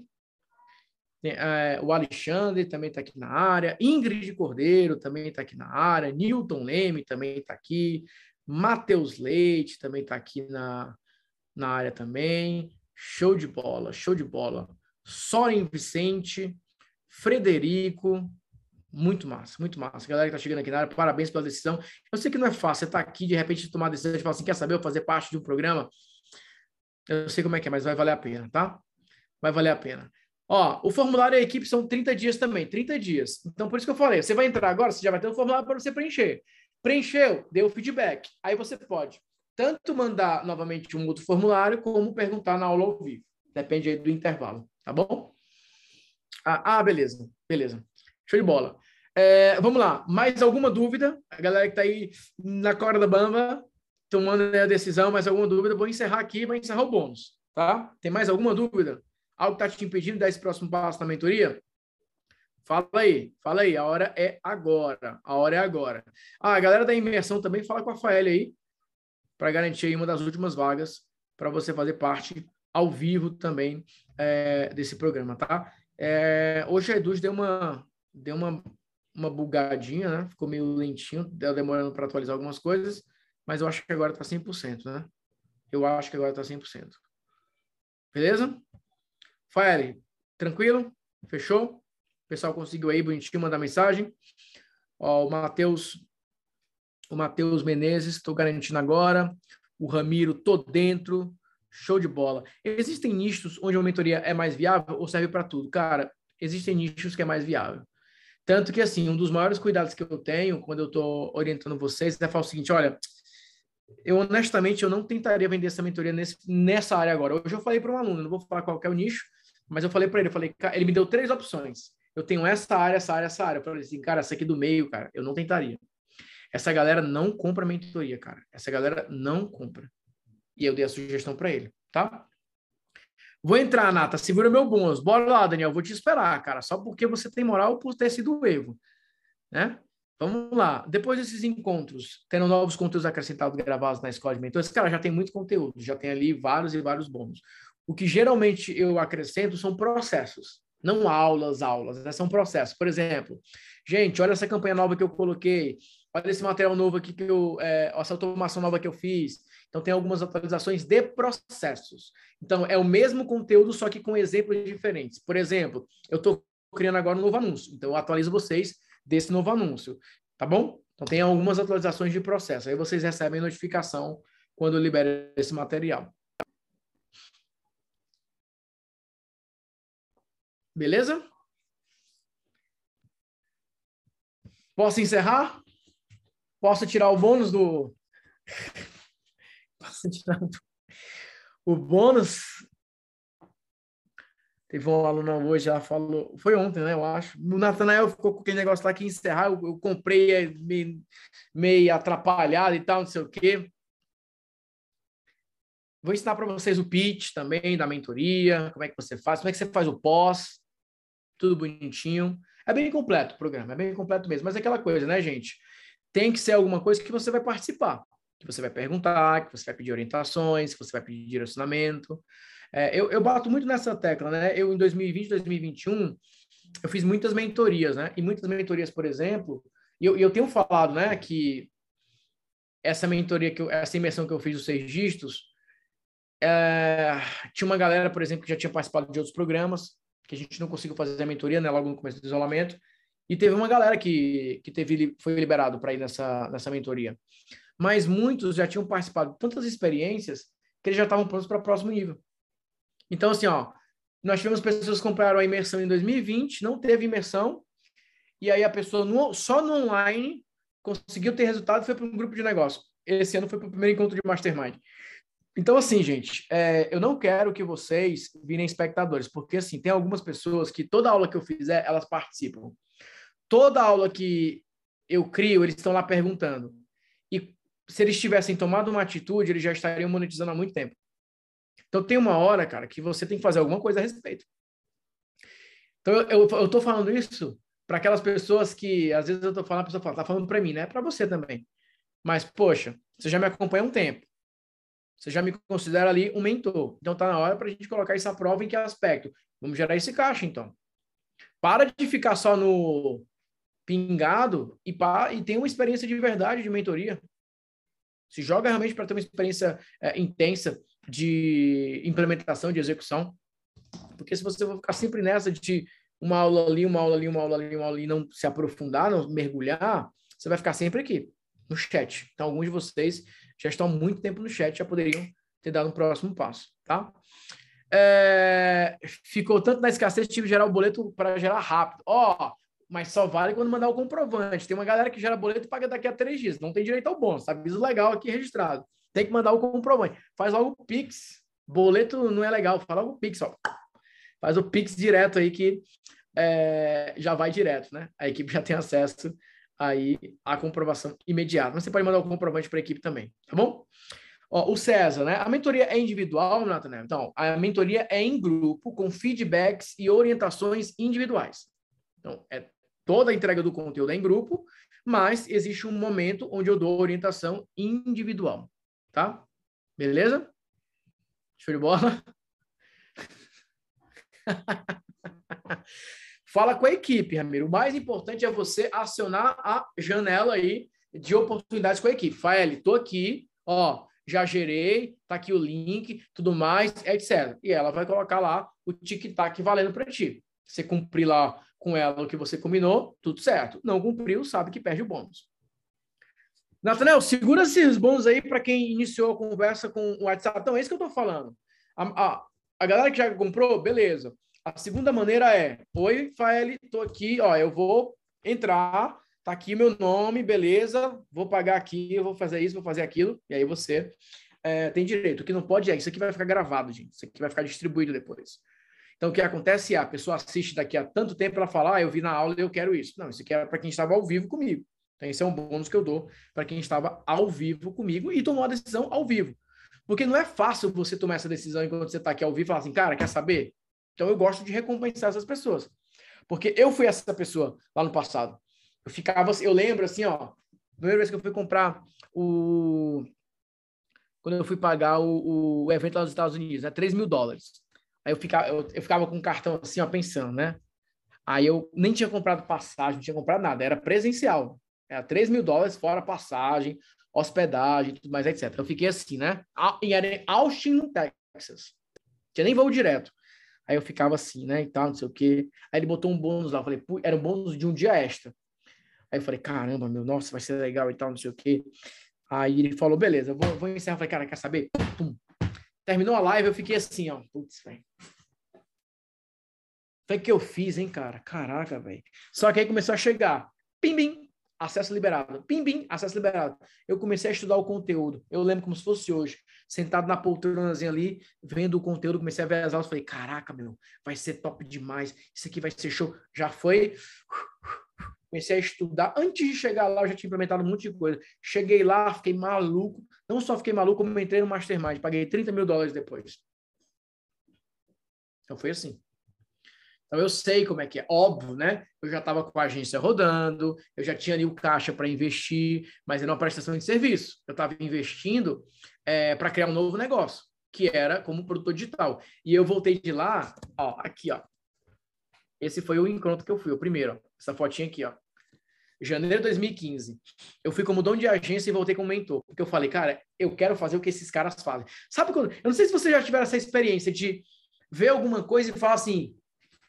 O Alexandre também está aqui na área. Ingrid Cordeiro também está aqui na área. Newton Leme também está aqui. Matheus Leite também está aqui na área também. Show de bola, show de bola. Soren Vicente, Frederico, muito massa, muito massa. Galera que tá chegando aqui na área, parabéns pela decisão. Eu sei que não é fácil, você tá aqui, de repente, tomar a decisão de falar assim, quer saber, eu fazer parte de um programa? Eu sei como é que é, mas vai valer a pena, tá? Vai valer a pena. Ó, o formulário e a equipe são 30 dias também, 30 dias. Então, por isso que eu falei, você vai entrar agora, você já vai ter um formulário para você preencher. Preencheu, deu feedback. Aí você pode tanto mandar novamente um outro formulário, como perguntar na aula ao vivo. Depende aí do intervalo, tá bom? Beleza, beleza. Show de bola. Vamos lá. Mais alguma dúvida? A galera que está aí na corda bamba, tomando a decisão, mais alguma dúvida? Vou encerrar aqui, vai encerrar o bônus, tá? Tem mais alguma dúvida? Algo que está te impedindo de dar esse próximo passo na mentoria? Fala aí. A hora é agora. A hora é agora. A galera da imersão também fala com a Fael aí, para garantir aí uma das últimas vagas para você fazer parte ao vivo também desse programa, tá? Hoje a Eduz deu uma bugadinha, né? Ficou meio lentinho, demorando para atualizar algumas coisas, mas eu acho que agora está 100%, né? Eu acho que agora está 100%. Beleza? Fael, tranquilo? Fechou? O pessoal conseguiu aí, bonitinho, mandar mensagem. Ó, o Matheus Menezes, estou garantindo agora. O Ramiro, tô dentro. Show de bola. Existem nichos onde a mentoria é mais viável ou serve para tudo? Cara, existem nichos que é mais viável. Tanto que, assim, um dos maiores cuidados que eu tenho quando eu estou orientando vocês é falar o seguinte, olha, honestamente, eu não tentaria vender essa mentoria nessa área agora. Hoje eu falei para um aluno, não vou falar qual que é o nicho, mas eu falei para ele, ele me deu 3 opções. Eu tenho essa área. Eu falei assim, cara, essa aqui do meio, cara, eu não tentaria. Essa galera não compra mentoria, cara. Essa galera não compra. E eu dei a sugestão para ele, tá? Vou entrar, Nata. Segura meu bônus. Bora lá, Daniel. Vou te esperar, cara. Só porque você tem moral por ter sido o erro, né? Vamos lá. Depois desses encontros, tendo novos conteúdos acrescentados gravados na Escola de Mentores, cara, já tem muito conteúdo. Já tem ali vários e vários bônus. O que geralmente eu acrescento são processos. Não aulas, né? São processos. Por exemplo, gente, olha essa campanha nova que eu coloquei. Olha esse material novo aqui essa automação nova que eu fiz. Então, tem algumas atualizações de processos. Então, é o mesmo conteúdo, só que com exemplos diferentes. Por exemplo, eu estou criando agora um novo anúncio. Então, eu atualizo vocês desse novo anúncio. Tá bom? Então, tem algumas atualizações de processo. Aí vocês recebem notificação quando eu libero esse material. Beleza? Posso encerrar? Posso tirar o bônus do... Posso tirar o bônus? Teve um aluno hoje, ela falou, foi ontem, né, eu acho. O Natanael ficou com aquele negócio lá que ia encerrar, eu comprei meio atrapalhado e tal, não sei o quê. Vou ensinar para vocês o pitch também da mentoria, como é que você faz, como é que você faz o pós, tudo bonitinho. É bem completo o programa, é bem completo mesmo. Mas é aquela coisa, né, gente? Tem que ser alguma coisa que você vai participar, que você vai perguntar, que você vai pedir orientações, que você vai pedir direcionamento. Eu bato muito nessa tecla, né? Eu, em 2020, 2021, eu fiz muitas mentorias, né? E muitas mentorias, por exemplo, e eu tenho falado, né, que essa mentoria, essa imersão que eu fiz dos 6 dígitos, tinha uma galera, por exemplo, que já tinha participado de outros programas, que a gente não conseguiu fazer a mentoria, né, logo no começo do isolamento, e teve uma galera que foi liberado para ir nessa mentoria. Mas muitos já tinham participado de tantas experiências que eles já estavam prontos para o próximo nível. Então, assim, ó, nós tivemos pessoas que compraram a imersão em 2020, não teve imersão, e aí a pessoa só no online conseguiu ter resultado e foi para um grupo de negócio. Esse ano foi para o primeiro encontro de Mastermind. Então, assim, gente, eu não quero que vocês virem espectadores, porque, assim, tem algumas pessoas que toda aula que eu fizer, elas participam. Toda aula que eu crio, eles estão lá perguntando. E se eles tivessem tomado uma atitude, eles já estariam monetizando há muito tempo. Então, tem uma hora, cara, que você tem que fazer alguma coisa a respeito. Então, eu tô falando isso para aquelas pessoas que, às vezes eu tô falando, a pessoa fala, tá falando para mim, né? Para você também. Mas, poxa, você já me acompanha há um tempo. Você já me considera ali um mentor. Então, tá na hora para a gente colocar isso à prova em que aspecto? Vamos gerar esse caixa, então. Para de ficar só no pingado e tem uma experiência de verdade de mentoria. Se joga realmente para ter uma experiência intensa de implementação, de execução. Porque se você for ficar sempre nessa de uma aula ali, uma aula ali, uma aula ali, uma aula ali, não se aprofundar, não mergulhar, você vai ficar sempre aqui, no chat. Então, alguns de vocês já estão há muito tempo no chat, já poderiam ter dado um próximo passo, tá? Ficou tanto na escassez, tive que gerar o boleto para gerar rápido. Mas só vale quando mandar o comprovante. Tem uma galera que gera boleto e paga daqui a 3 dias. Não tem direito ao bônus. Aviso legal aqui registrado. Tem que mandar o comprovante. Faz logo o Pix. Boleto não é legal. Faz logo o Pix, ó. Faz o Pix direto aí que já vai direto, né? A equipe já tem acesso aí à comprovação imediata. Mas você pode mandar o comprovante para a equipe também, tá bom? Ó, o César, né? A mentoria é individual, Natanael? Então, a mentoria é em grupo, com feedbacks e orientações individuais. Então, toda a entrega do conteúdo é em grupo, mas existe um momento onde eu dou orientação individual, tá? Beleza? Show de bola? Fala com a equipe, Ramiro. O mais importante é você acionar a janela aí de oportunidades com a equipe. Fael, tô aqui, ó, já gerei, tá aqui o link, tudo mais, etc. E ela vai colocar lá o tic-tac valendo para ti. Você cumprir lá com ela o que você combinou, tudo certo. Não cumpriu, sabe que perde o bônus. Natanael, segura esses bônus aí para quem iniciou a conversa com o WhatsApp. Então, é isso que eu tô falando. A galera que já comprou, beleza. A segunda maneira é: oi, Fael, tô aqui, ó, eu vou entrar, tá aqui meu nome, beleza, vou pagar aqui, eu vou fazer isso, vou fazer aquilo, e aí você tem direito. O que não pode isso aqui vai ficar gravado, gente, isso aqui vai ficar distribuído depois. Então, o que acontece é, a pessoa assiste daqui a tanto tempo, ela fala, eu vi na aula e eu quero isso. Não, isso aqui é para quem estava ao vivo comigo. Então, esse é um bônus que eu dou para quem estava ao vivo comigo e tomou a decisão ao vivo. Porque não é fácil você tomar essa decisão enquanto você está aqui ao vivo e falar assim, cara, quer saber? Então, eu gosto de recompensar essas pessoas. Porque eu fui essa pessoa lá no passado. Eu lembro assim, ó, a primeira vez que eu fui comprar quando eu fui pagar o evento lá nos Estados Unidos, né, $3.000. Aí eu ficava com o cartão assim, ó, pensando, né? Aí eu nem tinha comprado passagem, não tinha comprado nada, era presencial. Era $3.000 fora passagem, hospedagem, tudo mais, etc. Eu fiquei assim, né? Era em Austin, no Texas. Tinha nem voo direto. Aí eu ficava assim, né, e tal, não sei o quê. Aí ele botou um bônus lá, eu falei, era um bônus de um dia extra. Aí eu falei, caramba, meu, nossa, vai ser legal e tal, não sei o quê. Aí ele falou, beleza, eu vou encerrar. Eu falei, cara, quer saber? Pum. Terminou a live, eu fiquei assim, ó, putz, velho. Foi que eu fiz, hein, cara? Caraca, velho. Só que aí começou a chegar. Pim, bim, acesso liberado. Pim, bim, acesso liberado. Eu comecei a estudar o conteúdo. Eu lembro como se fosse hoje. sentado na poltronazinha ali, vendo o conteúdo, comecei a ver as aulas, falei, caraca, meu, vai ser top demais, isso aqui vai ser show. Já foi, comecei a estudar. Antes de chegar lá, eu já tinha implementado um monte de coisa. Cheguei lá, fiquei maluco. Não só fiquei maluco, como entrei no Mastermind. Paguei $30 mil depois. Então, foi assim. Então, eu sei como é que é. Óbvio, né? Eu já estava com a agência rodando, eu já tinha ali o caixa para investir, mas era uma prestação de serviço. Eu estava investindo para criar um novo negócio, que era como produtor digital. E eu voltei de lá, ó, aqui, ó. Esse foi o encontro que eu fui, o primeiro, ó. Essa fotinha aqui, ó. Janeiro de 2015. Eu fui como dono de agência e voltei como mentor. Porque eu falei, cara, eu quero fazer o que esses caras fazem. Sabe quando... Eu não sei se você já tiver essa experiência de ver alguma coisa e falar assim,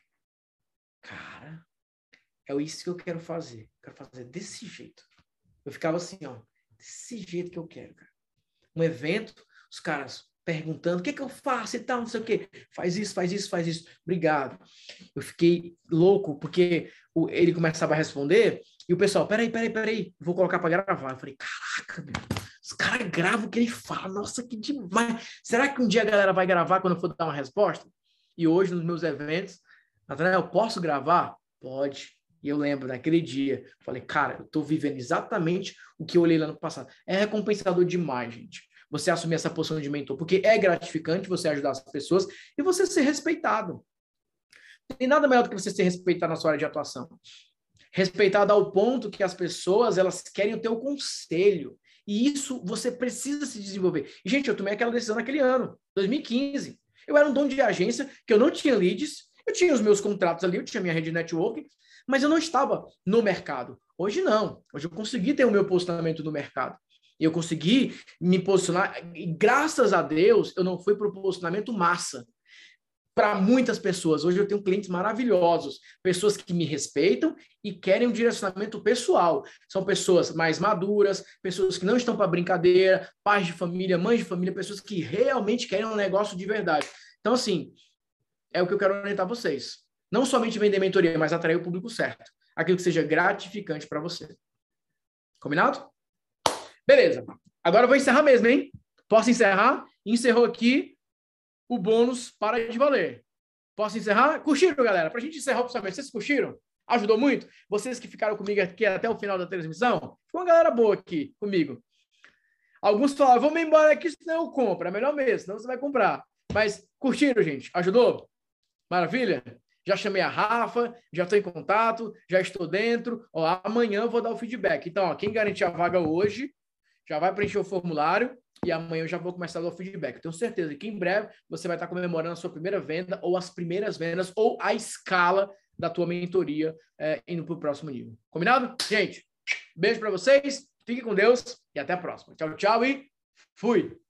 cara, é isso que eu quero fazer. Eu quero fazer desse jeito. Eu ficava assim, ó, desse jeito que eu quero, cara. Um evento, os caras perguntando, o que eu faço e tal, não sei o quê. Faz isso, faz isso, faz isso. Obrigado. Eu fiquei louco, porque ele começava a responder e o pessoal, peraí, vou colocar para gravar. Eu falei, caraca, meu, os caras gravam o que ele fala. Nossa, que demais. Será que um dia a galera vai gravar quando eu for dar uma resposta? E hoje, nos meus eventos, Nathanael, eu posso gravar? Pode. E eu lembro, naquele dia, falei, cara, eu tô vivendo exatamente o que eu olhei lá no passado. É recompensador demais, gente. Você assumir essa posição de mentor, porque é gratificante você ajudar as pessoas e você ser respeitado. Não tem nada melhor do que você ser respeitado na sua área de atuação. Respeitado ao ponto que as pessoas, elas querem o teu conselho. E isso você precisa se desenvolver. E, gente, eu tomei aquela decisão naquele ano, 2015. Eu era um dono de agência, que eu não tinha leads, eu tinha os meus contratos ali, eu tinha minha rede de networking, mas eu não estava no mercado. Hoje não. Hoje eu consegui ter o meu posicionamento no mercado. Eu consegui me posicionar, e graças a Deus, eu não fui para o posicionamento massa. Para muitas pessoas, hoje eu tenho clientes maravilhosos, pessoas que me respeitam e querem um direcionamento pessoal. São pessoas mais maduras, pessoas que não estão para brincadeira, pais de família, mães de família, pessoas que realmente querem um negócio de verdade. Então, assim, é o que eu quero orientar vocês. Não somente vender mentoria, mas atrair o público certo. Aquilo que seja gratificante para você. Combinado? Beleza. Agora eu vou encerrar mesmo, hein? Posso encerrar? Encerrou aqui o bônus para de valer. Posso encerrar? Curtiram, galera? Para a gente encerrar o pensamento, vocês curtiram? Ajudou muito? Vocês que ficaram comigo aqui até o final da transmissão? Foi uma galera boa aqui comigo. Alguns falaram, vamos embora aqui, senão eu compro. É melhor mesmo, senão você vai comprar. Mas curtiram, gente? Ajudou? Maravilha? Já chamei a Rafa, já estou em contato, já estou dentro. Ó, amanhã eu vou dar o feedback. Então, ó, quem garantir a vaga hoje, já vai preencher o formulário e amanhã eu já vou começar a dar o feedback. Tenho certeza que em breve você vai estar comemorando a sua primeira venda ou as primeiras vendas ou a escala da tua mentoria indo para o próximo nível. Combinado? Gente, beijo para vocês, fiquem com Deus e até a próxima. Tchau, tchau e fui!